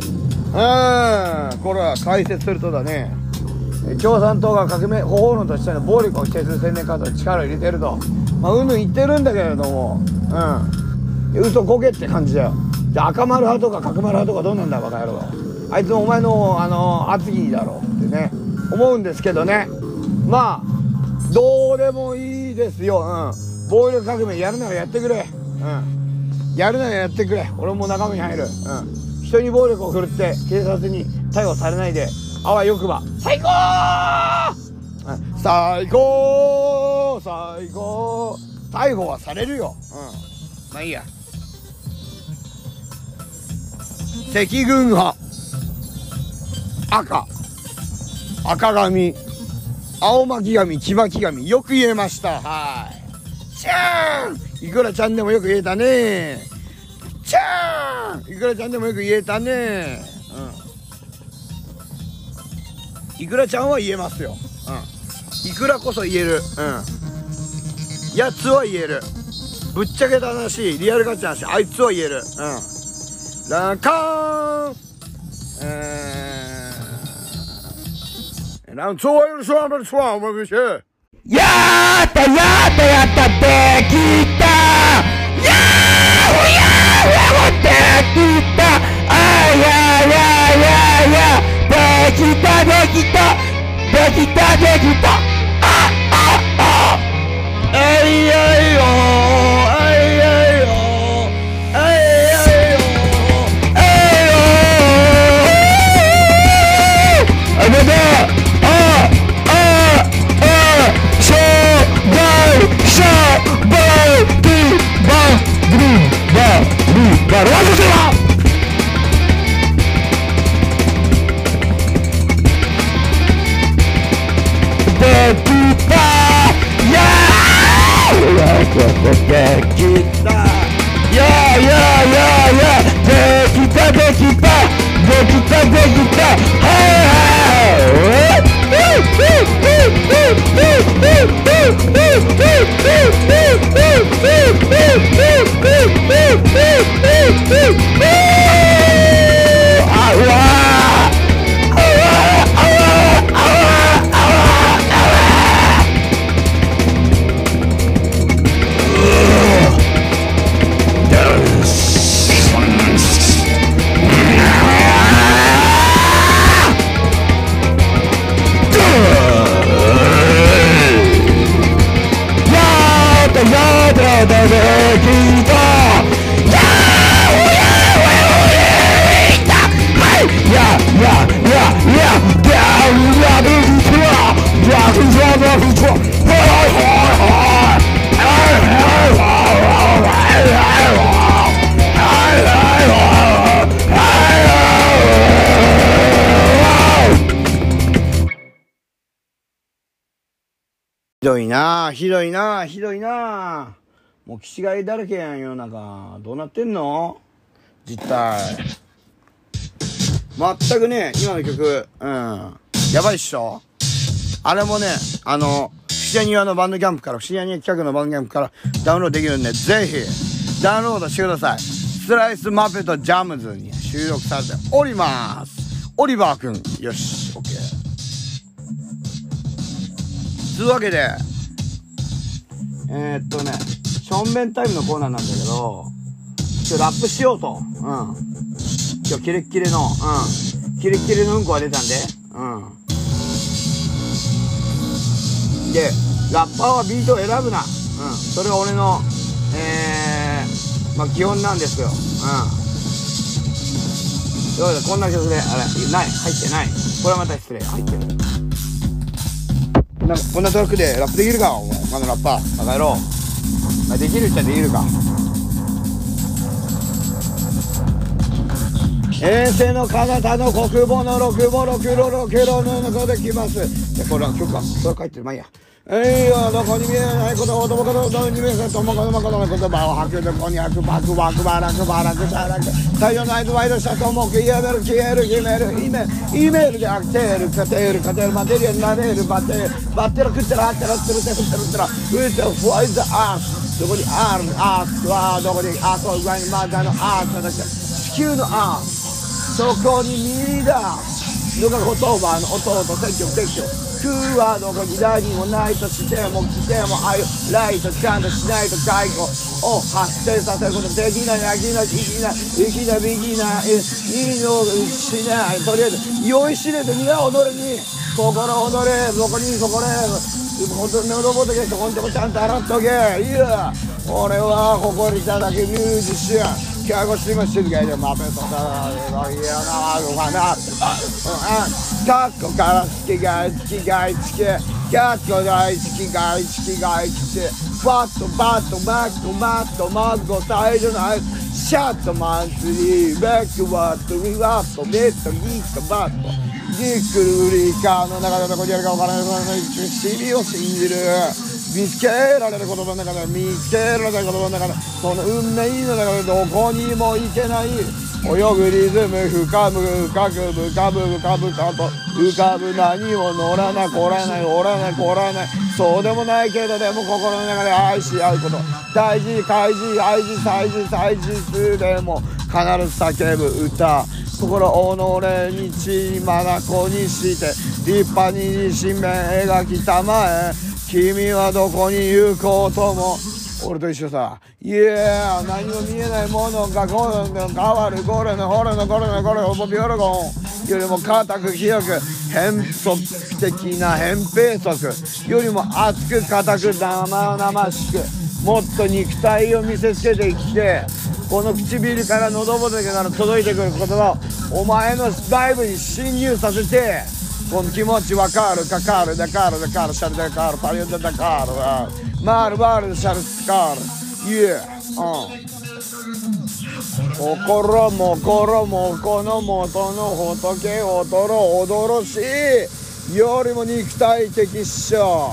これは解説するとだね、共産党が革命方法論としての暴力を否定する宣伝活動に力を入れてると、言ってるんだけれども、嘘こけって感じだよ。じゃあ赤丸派とか角丸派とかどうなんだバカ野郎。あいつもお前の厚木だろうってね思うんですけどね。どうでもいいですよ。暴力革命やるならやってくれ。やるならやってくれ。俺も仲間に入る。人に暴力を振るって警察に逮捕されないであわよくば最高、最高。逮捕はされるよ。いいや。赤軍派赤髪青巻き髪黄巻き髪、よく言えました。ちゃーん、いくらちゃんでもよく言えたね。ちゃーん、いくらちゃんでもよく言えたね。いくらちゃんは言えますよ。いくらこそ言える。やつは言える。ぶっちゃけた話、リアルガチな話、あいつは言える。ラカーン、ランツォールシュワンブルシュワンブルシュ。やったできた。やーできた。できた。ひどいな。もう気違いだらけやん、世の中。どうなってんの実態。全くね、今の曲、やばいっしょ。あれもね、不シアニアのバンドキャンプから、不思議アニア企画のバンドキャンプからダウンロードできるんで、ぜひ、ダウンロードしてください。スライスマペットジャムズに収録されております。オリバーくん。よし、オッケー。というわけで、しょんべんタイムのコーナーなんだけど、今日ラップしようと。今日キレッキレの、キレッキレのうんこが出たんで、で、ラッパーはビートを選ぶな。それが俺の、基本なんですよ。どうだ、こんな曲で、あれ、ない、入ってない。これはまた失礼。入ってる。こんなトラックでラップできるか、お前のラッパー。バカ野郎。できる人はできるか。衛星の彼方の国母の六母六路六路の中で来ます。で、これは曲か。それ書いてる。まあいいや。どこに見えないことを、どこに見えないともこの言葉を吐くでこに吐く、バクバクバラクバラクバラク。太陽の間ワイドしたと思う。消える、決める、イメールでアクテール、カテール、マテリアル、ナレール、バッテル、食ってら、あってら、ってる、ってる、ってら、ウィズ、フワイズ、アース。どこにアースは、どこにアースを上にマザーのアースだって、地球のアース。そこに見出すのが言葉の弟、説教。空はどこに何もないとしても来てもああいうライトちゃんとしないと解雇を発生させることできない、生きない、いいのしない。とりあえず酔いしれて皆己に心踊れ、どこにそこで本当に喉仏そこんとこちゃんと洗っとけ。いや俺は誇りただけミュージシャン。今日しましるけどマペとかいやなのかな。カッコから好きがい好きがい好き。キャッコ大好きがい好きがい好き。バットバットマットマットマッゴ大丈ない。シャットマンスリーベックワットリワットベットギットバットギックルリーカーの中でどこにあるか分からないシビを信じる。見つけられる言葉の中で見つけられる言葉の中でその運命の中でどこにも行けない泳ぐリズム深む深く浮かぶ浮かぶかと浮かぶ何も乗らない来らないおらない来らないそうでもないけどでも心の中で愛し合うこと大事開示愛知祭事祭事数でも必ず叫ぶ歌心己に血眼にして立派に使命描きたまえ君はどこに行こうとも俺と一緒さいや何も見えないものがこの変わるこれのこれのこれのこれのビオロゴンよりも固く広く変則的な変平則よりも熱く固く生々しくもっと肉体を見せつけてきてこの唇から喉仏から届いてくる言葉をお前の内部に侵入させてこの気持ち分かるかかるだからシャルだからパリオだからマールバールシャルスカールイエ心もこの元の仏を驚ろしいよりも肉体的っしょ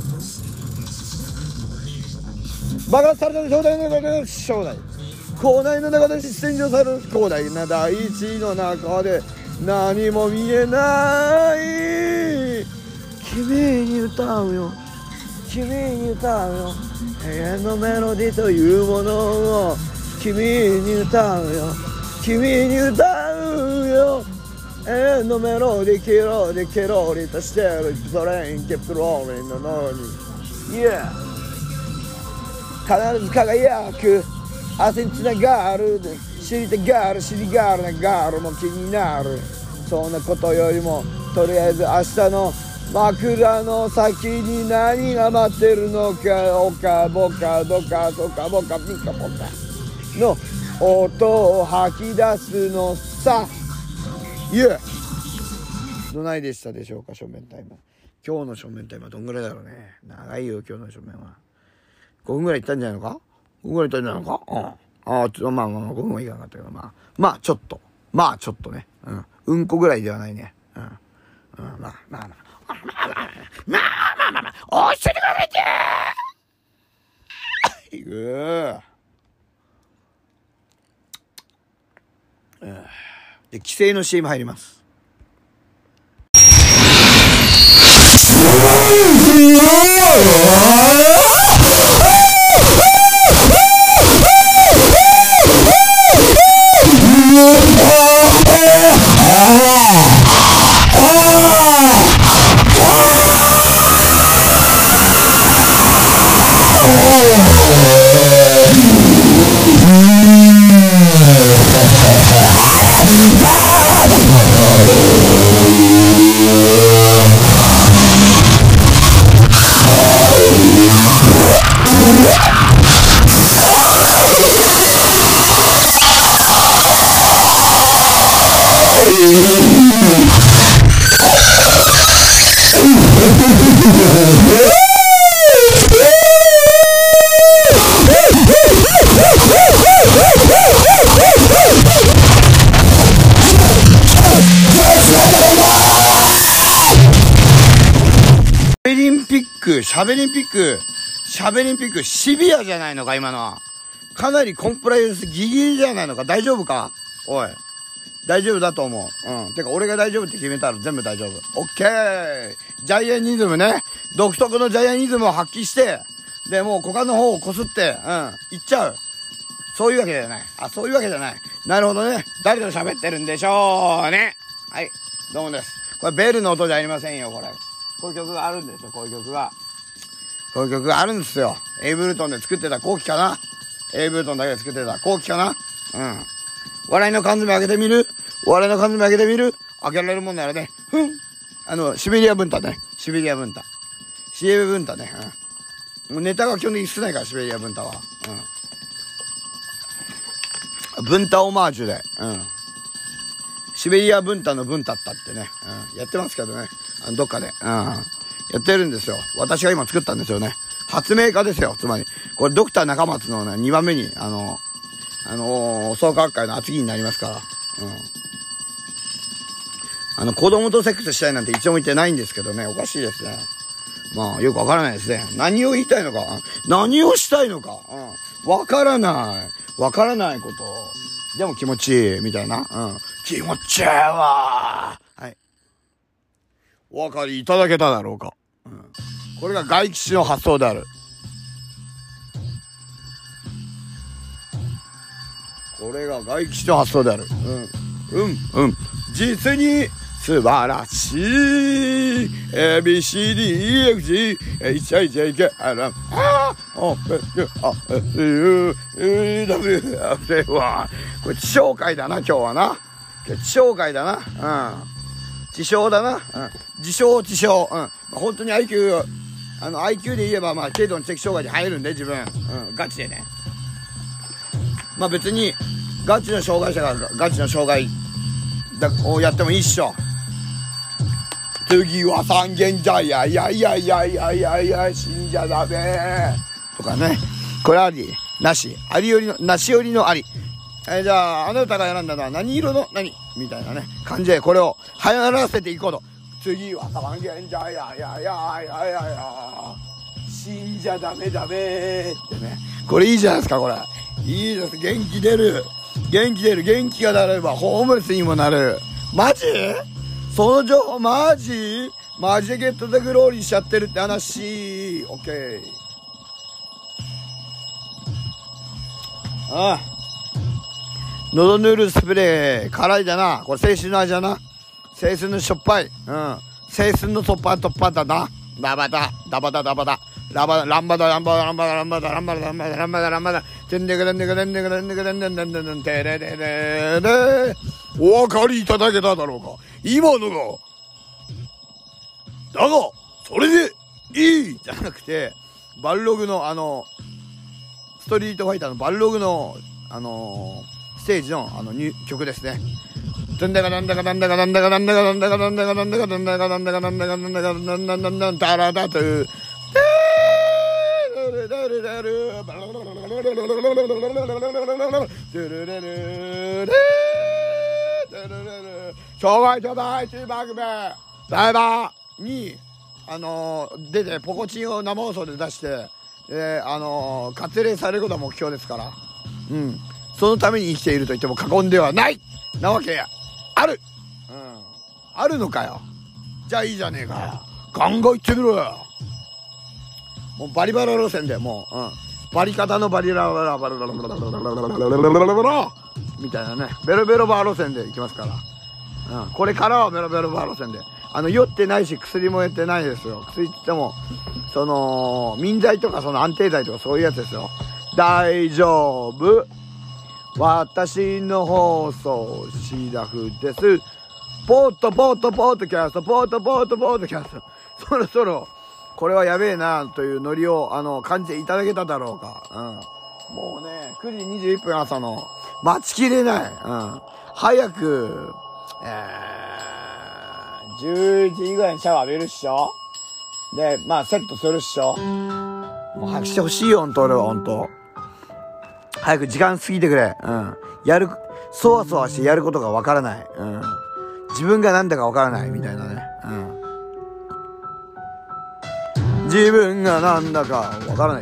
爆発された正体の中で正体広大の中で洗浄される広大な大地の中で何も見えない君に歌うよ君に歌うよ永遠のメロディというものを君に歌うよ君に歌うよ永遠のメロディケロリとしてるトレインケプローリンの脳に Yeah 必ず輝く明日につながる知りがるなガールも気になるそんなことよりもとりあえず明日の枕の先に何が待ってるのかおかぼかどかそかぼかピカポカの音を吐き出すのさどないでしたでしょうか正面タイム今日の正面タイムはどんぐらいだろうね長いよ今日の正面は5分ぐらいいったんじゃないのか5分ぐらいいったんじゃないのかまあ5分はいかなかったけどまあちょっとねうんこぐらいではないねまあおっしゃってくださいってで規制の CM 入りますシャベリンピック、シビアじゃないのか、今のは。かなりコンプライアンスギリギリじゃないのか、大丈夫かおい。大丈夫だと思う。うん。てか、俺が大丈夫って決めたら全部大丈夫。オッケー。ジャイアニズムね。独特のジャイアニズムを発揮して、で、もう股間の方をこすって、行っちゃう。そういうわけじゃない。そういうわけじゃない。なるほどね。誰と喋ってるんでしょうね。はい。どうもです。これベルの音じゃありませんよ、これ。こういう曲があるんですよ、こういう曲が。こういう曲があるんですよ。エイブルトンで作ってた後期かな。エイブルトンだけで作ってた後期かな。笑いの缶詰開けてみる？笑いの缶詰開けてみる？開けられるもんならね。シベリア文太ね。シベリア文太ね。もうネタが基本的に少ないから、シベリア文太は。文太オマージュで。シベリア文太の文太ったってね。やってますけどね。どっかで。やってるんですよ。私が今作ったんですよね。発明家ですよ。つまり。これドクター中松のね、2番目に、創価学会の厚木になりますから。子供とセックスしたいなんて一応も言ってないんですけどね。おかしいですね。まあ、よくわからないですね。何を言いたいのか。何をしたいのか。わからない。わからないこと。でも気持ちいい。みたいな。気持ちいいわ。はい。お分かりいただけただろうか。これが外気種の発想である。これが外気種の発想である。実に素晴らしい ABCDEFG HIJK これ地小会だな、今日はな。地小会だな。地小だな。自称。本当に IQ で言えば、軽度の知的障害に入るんで、自分。ガチでね。別に、ガチの障害者がガチの障害をやってもいいっしょ。次は三軒茶屋、いや、死んじゃダメ。とかね。これあり、なし。ありよりの、なしよりのあり。じゃあ、あなたが選んだのは何色の何みたいなね、感じでこれを流行らせていこうと。次は三軒茶屋、いや、死んじゃダメってね。これいいじゃないですか、これ。いいです。元気出る。元気が出ればホームレスにもなれる。マジ？その情報マジでゲットザグローリーしちゃってるって話。オッケー。喉ヌールスプレー、辛いだな。これ青春の味だな。青春のしょっぱい。青春の突破だな。ランバダ。てんでくれんでくれんでくれんでくれんでんでんでんでんてれれれれ。お分かりいただけただろうか。今のが。だが、それでいいじゃなくて、バルログのストリートファイターのバルログのステージの曲ですね。ダンダカダンダカダンダカダンダカダンダカダンダカダンダカダンダカダンダカダンダカダンダカダンダカダンダカダンダカダンダンダラダトゥ障害者第一番組ライバーに出てポコチンを生放送で出して割礼されることが目標ですから、そのために生きていると言っても過言ではないなわけある、あるのかよ。じゃあいいじゃねえかよ。ガンガン言ってみろよ。 もうバリバラ路線でもう、バリ方のバリラバラバラバラバラバラバラバラバラみたいなね、ベロベロバー路線で行きますから、これからはベロベロバー路線で、酔ってないし薬もやってないですよ。薬って言ってもその眠剤とかその安定剤とかそういうやつですよ。大丈夫、私の放送シラフです。ポートキャスト、ポートキャスト。そろそろこれはやべえなというノリを感じていただけただろうか。もうね9時21分朝の待ちきれない。早く11時ぐらいにシャワー浴びるっしょ。でまあセットするっしょ。もう早くしてほしいよ、ほんと俺は。ほんと早く時間過ぎてくれ。そわそわしてやることがわからない。自分がなんだかわからないみたいなね。自分がなんだかわからない。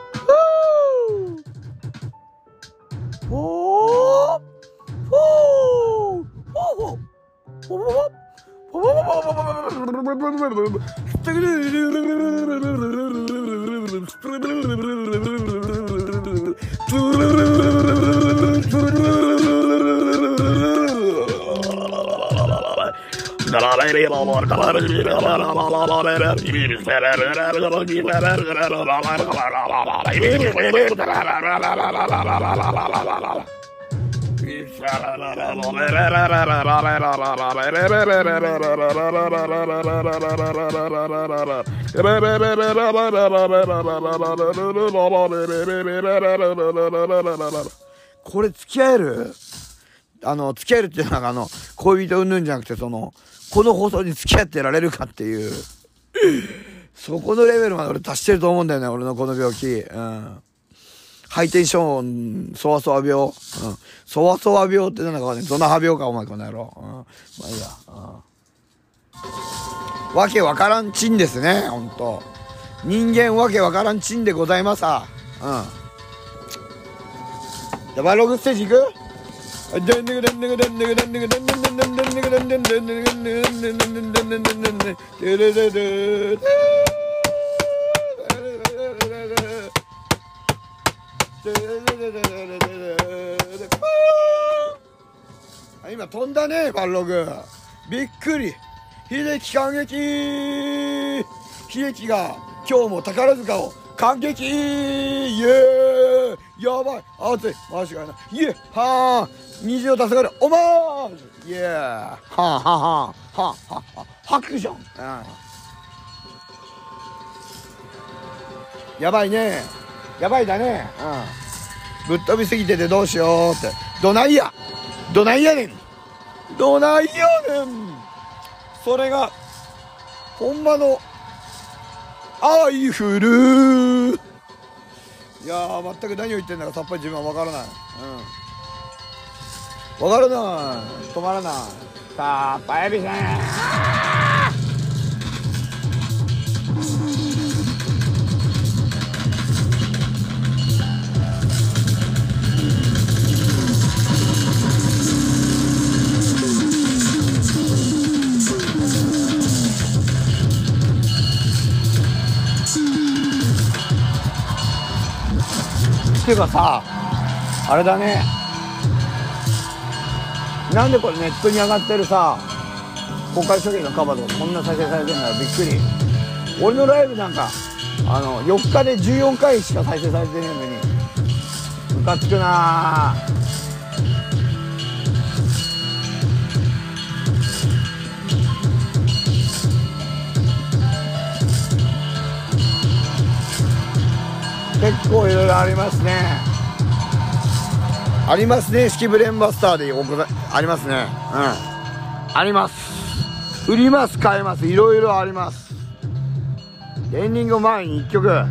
これ付き合える？付き合えるっていうのは恋人うんぬんじゃなくて、この放送に付き合ってられるかっていうそこのレベルまで俺達してると思うんだよね、俺のこの病気。ハイテンションそわそわ病。そわそわ病ってなんだかわかんない。ゾナハ病かお前この野郎。まあいいや。わけわからんちんですね、ほんと。人間わけわからんちんでございますわ。じゃあバイログステージ行く？今飛んだね、バログ。びっくり。秀樹感激。秀樹が今日も宝塚を感激。イエーイ。やばい、熱い、マジかいな。イエーはー虹を助かるオマージュ。イエーはーはーはーはーはー拍手。やばいね、やばいだね。ぶっ飛びすぎててどうしようって。どないやねん。それがほんまのアイフル。いやー、全く何を言ってんだかさっぱり自分は分からない。分からない。止まらない。さっぱりびせん。っていうかさ、あれだね、なんでこれネットに上がってるさ公開処理のカバーとかこんな再生されてるんだよ。びっくり。俺のライブなんか4日で14回しか再生されてねえのにムカつくな。結構いろいろありますね。ありますね。式ブレンバスターでありますね。あります。売ります、買えます、いろいろあります。エンディング前に1曲。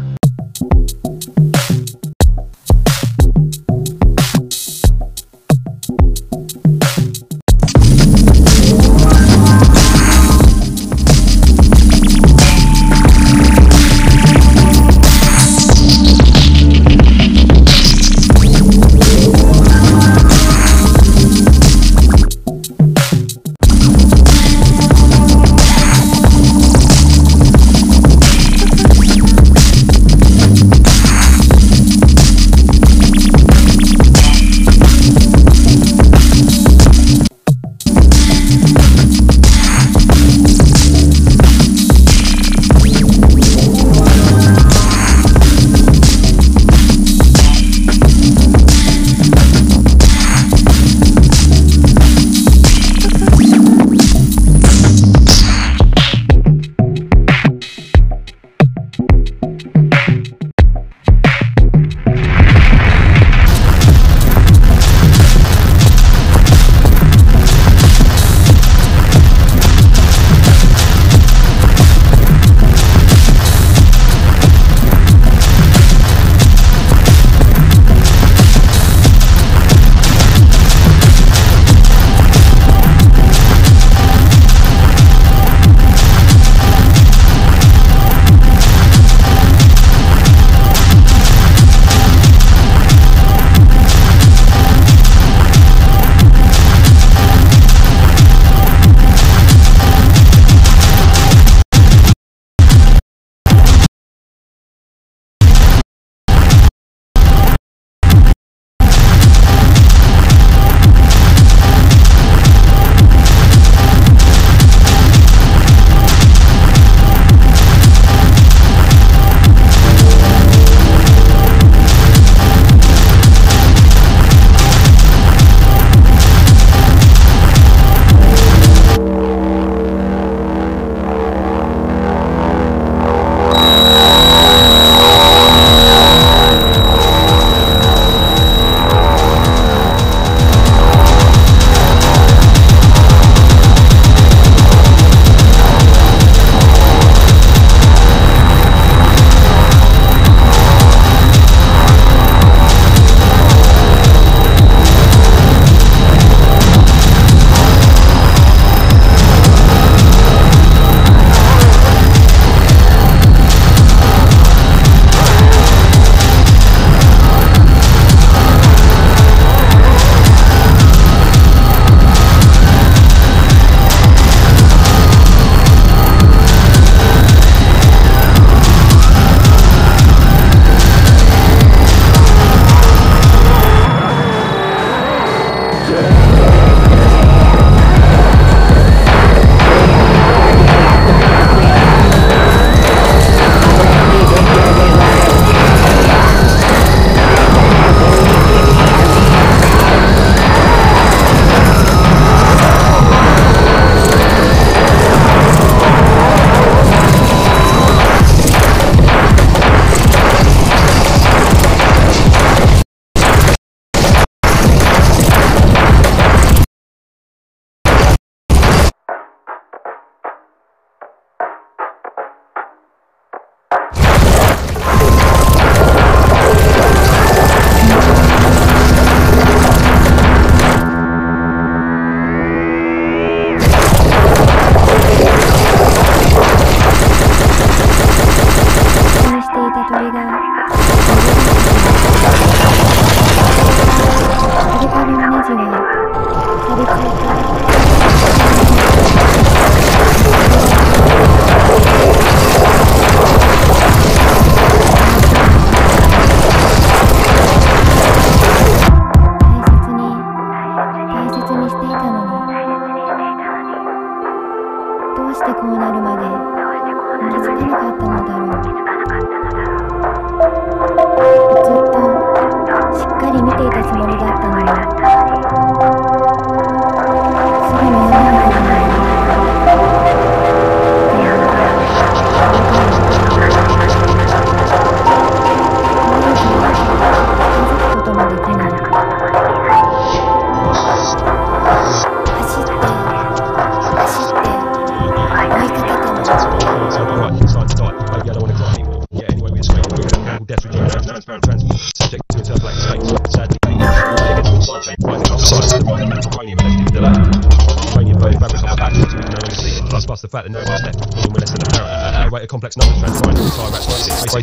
Plus the fact that no one's left when we're less than a rate of complex numbers transferring to entire rats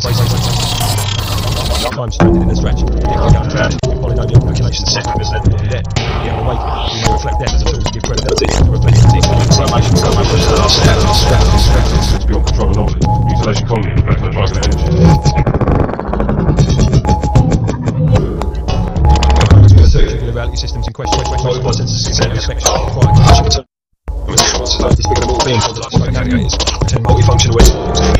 time stranded in a stretch. Polynomial calculations set up as dead. Yeah, awake. We may reflect death as a tool to give credibility to reflectivity. It's beyond control anomaly. Mutilation colony reflects no driving energy. Circular reality systems in question, multiple senses, spectrum, quiet, despicable beings of the life of navigators, pretend multifunctional ways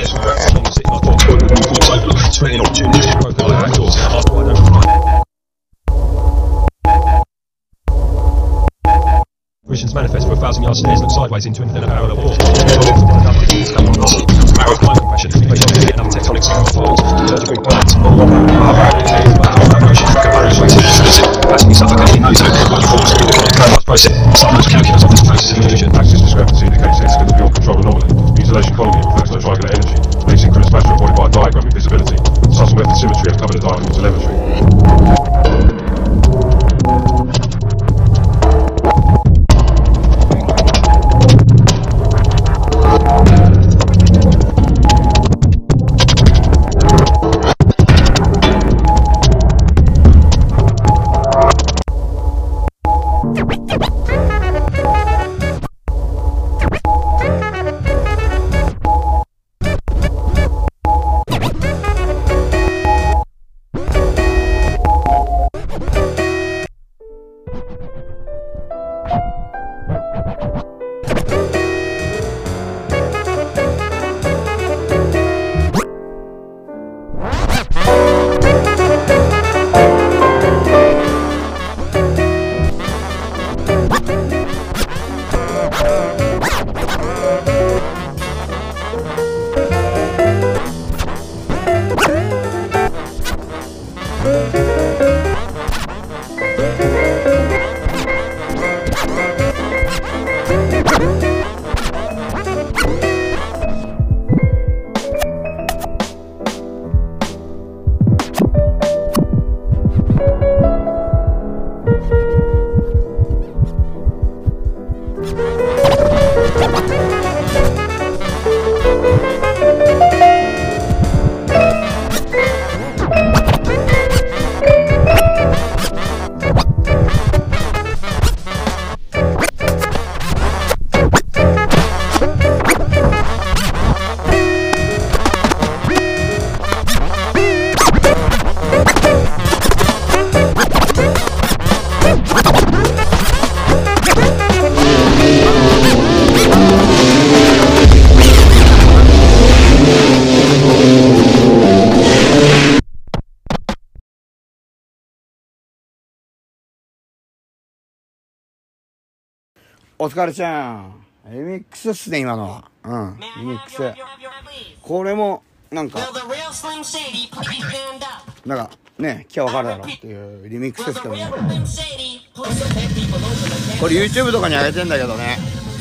spreading opportunities to profile outdoors, after I don't visions manifest for 1,000 yard stairs look sideways into infinite parallel walls. Climate compression, enough tectonic signal falls, surgically planets, capacity suffocating those process. Some of calculus of this process is illusion. Axis discrepancy indicates incidents beyond control anomaly. Mutilation colony reflects no triangular energy. Asynchronous matter avoided by a diagram with visibility. Subtle method symmetry have covered a diagram with telemetry. お疲れちゃん。リミックスっすね、今のは。リミックス。これも、なんかね、今日わかるだろっていうリミックスですけどね。これ YouTube とかに上げてんだけどね。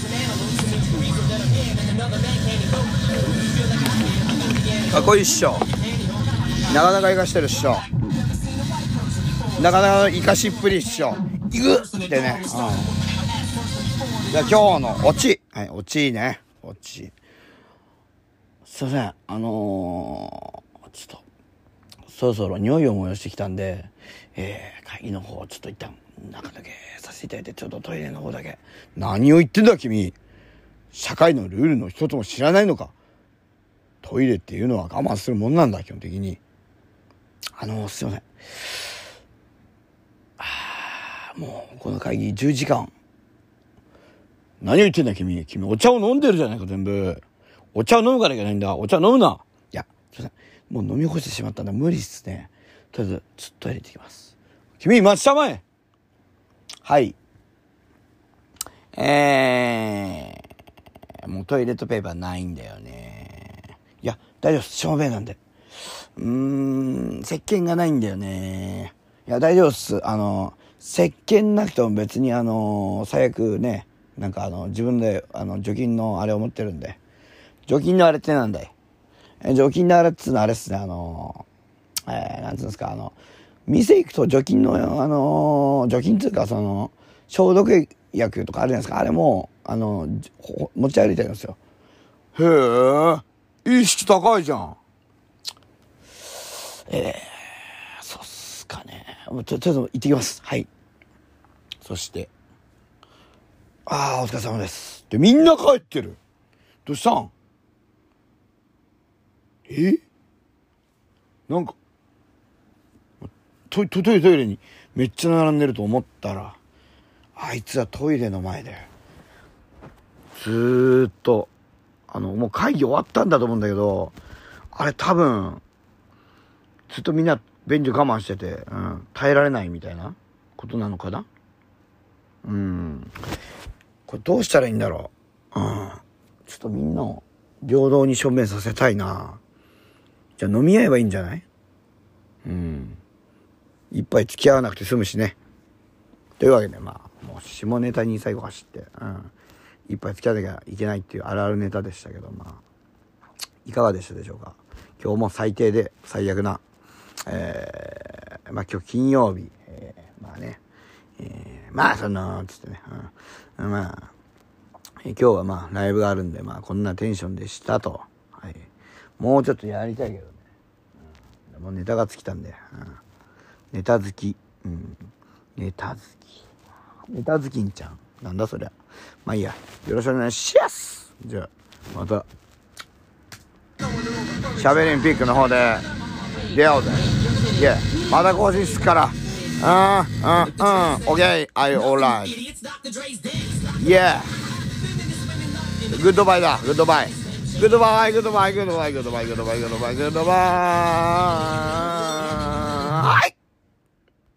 かっこいいっしょ。なかなか生かしてるっしょ。なかなか生かしっぷりっしょ。いくってね。じゃあ今日のオチ。はい、オチね。オチ。すいません。ちょっと、そろそろ匂いを催してきたんで、会議の方、ちょっと一旦、中だけさせていただいて、ちょっとトイレの方だけ。何を言ってんだ君。社会のルールの一つも知らないのか。トイレっていうのは我慢するもんなんだ、基本的に。すいません。もう、この会議10時間。何を言ってんだ君。お茶を飲んでるじゃないか全部。お茶を飲むからいけないんだ。お茶飲むな。いや、すいません。もう飲み干してしまったんだ。無理っすね。とりあえず、ちょっとトイレ行ってきます。君、待ちたまえ。はい。もうトイレットペーパーないんだよね。いや、大丈夫です。しょうべいなんで。石鹸がないんだよね。 や、大丈夫っす。石鹸なくても別に最悪ね、なんか自分で除菌のあれを持ってるんで。除菌のあれってなんだい？除菌のあれっつうのはあれっすね、なんつうんですか、店行くと除菌の除菌っていうか消毒薬とかあるじゃないですか。あれも持ち歩いてるんですよ。へえ、意識高いじゃん。そうっすかね。ちょっと行ってきます。はい。そしてお疲れ様です。で、みんな帰ってる。どうしたん？なんかトイレにめっちゃ並んでると思ったら、あいつはトイレの前でずーっともう会議終わったんだと思うんだけど、あれ多分ずっとみんな便所我慢してて、耐えられないみたいなことなのかな。これどうしたらいいんだろう。ちょっとみんなを平等に証明させたいな。じゃあ飲み合えばいいんじゃない？一杯付き合わなくて済むしね。というわけで、もう下ネタに最後走って、一杯付き合わなきゃいけないっていうあるあるネタでしたけど、いかがでしたでしょうか。今日も最低で最悪な、今日金曜日、つってね、今日はライブがあるんで、こんなテンションでしたと。はい。もうちょっとやりたいけどね。もうネタが尽きたんで。ネタ好き。ネタ好き。ネタ好きんちゃん。なんだそりゃ。いいや。よろしくお願いします。じゃあ、また。しゃべりんピックの方で出会おうぜ。いや、また更新すっから。OK, alright. Yeah. Goodbye だ。Goodbye. Goodbye, goodbye, goodbye, goodbye, goodbye, goodbye, goodbye. はい。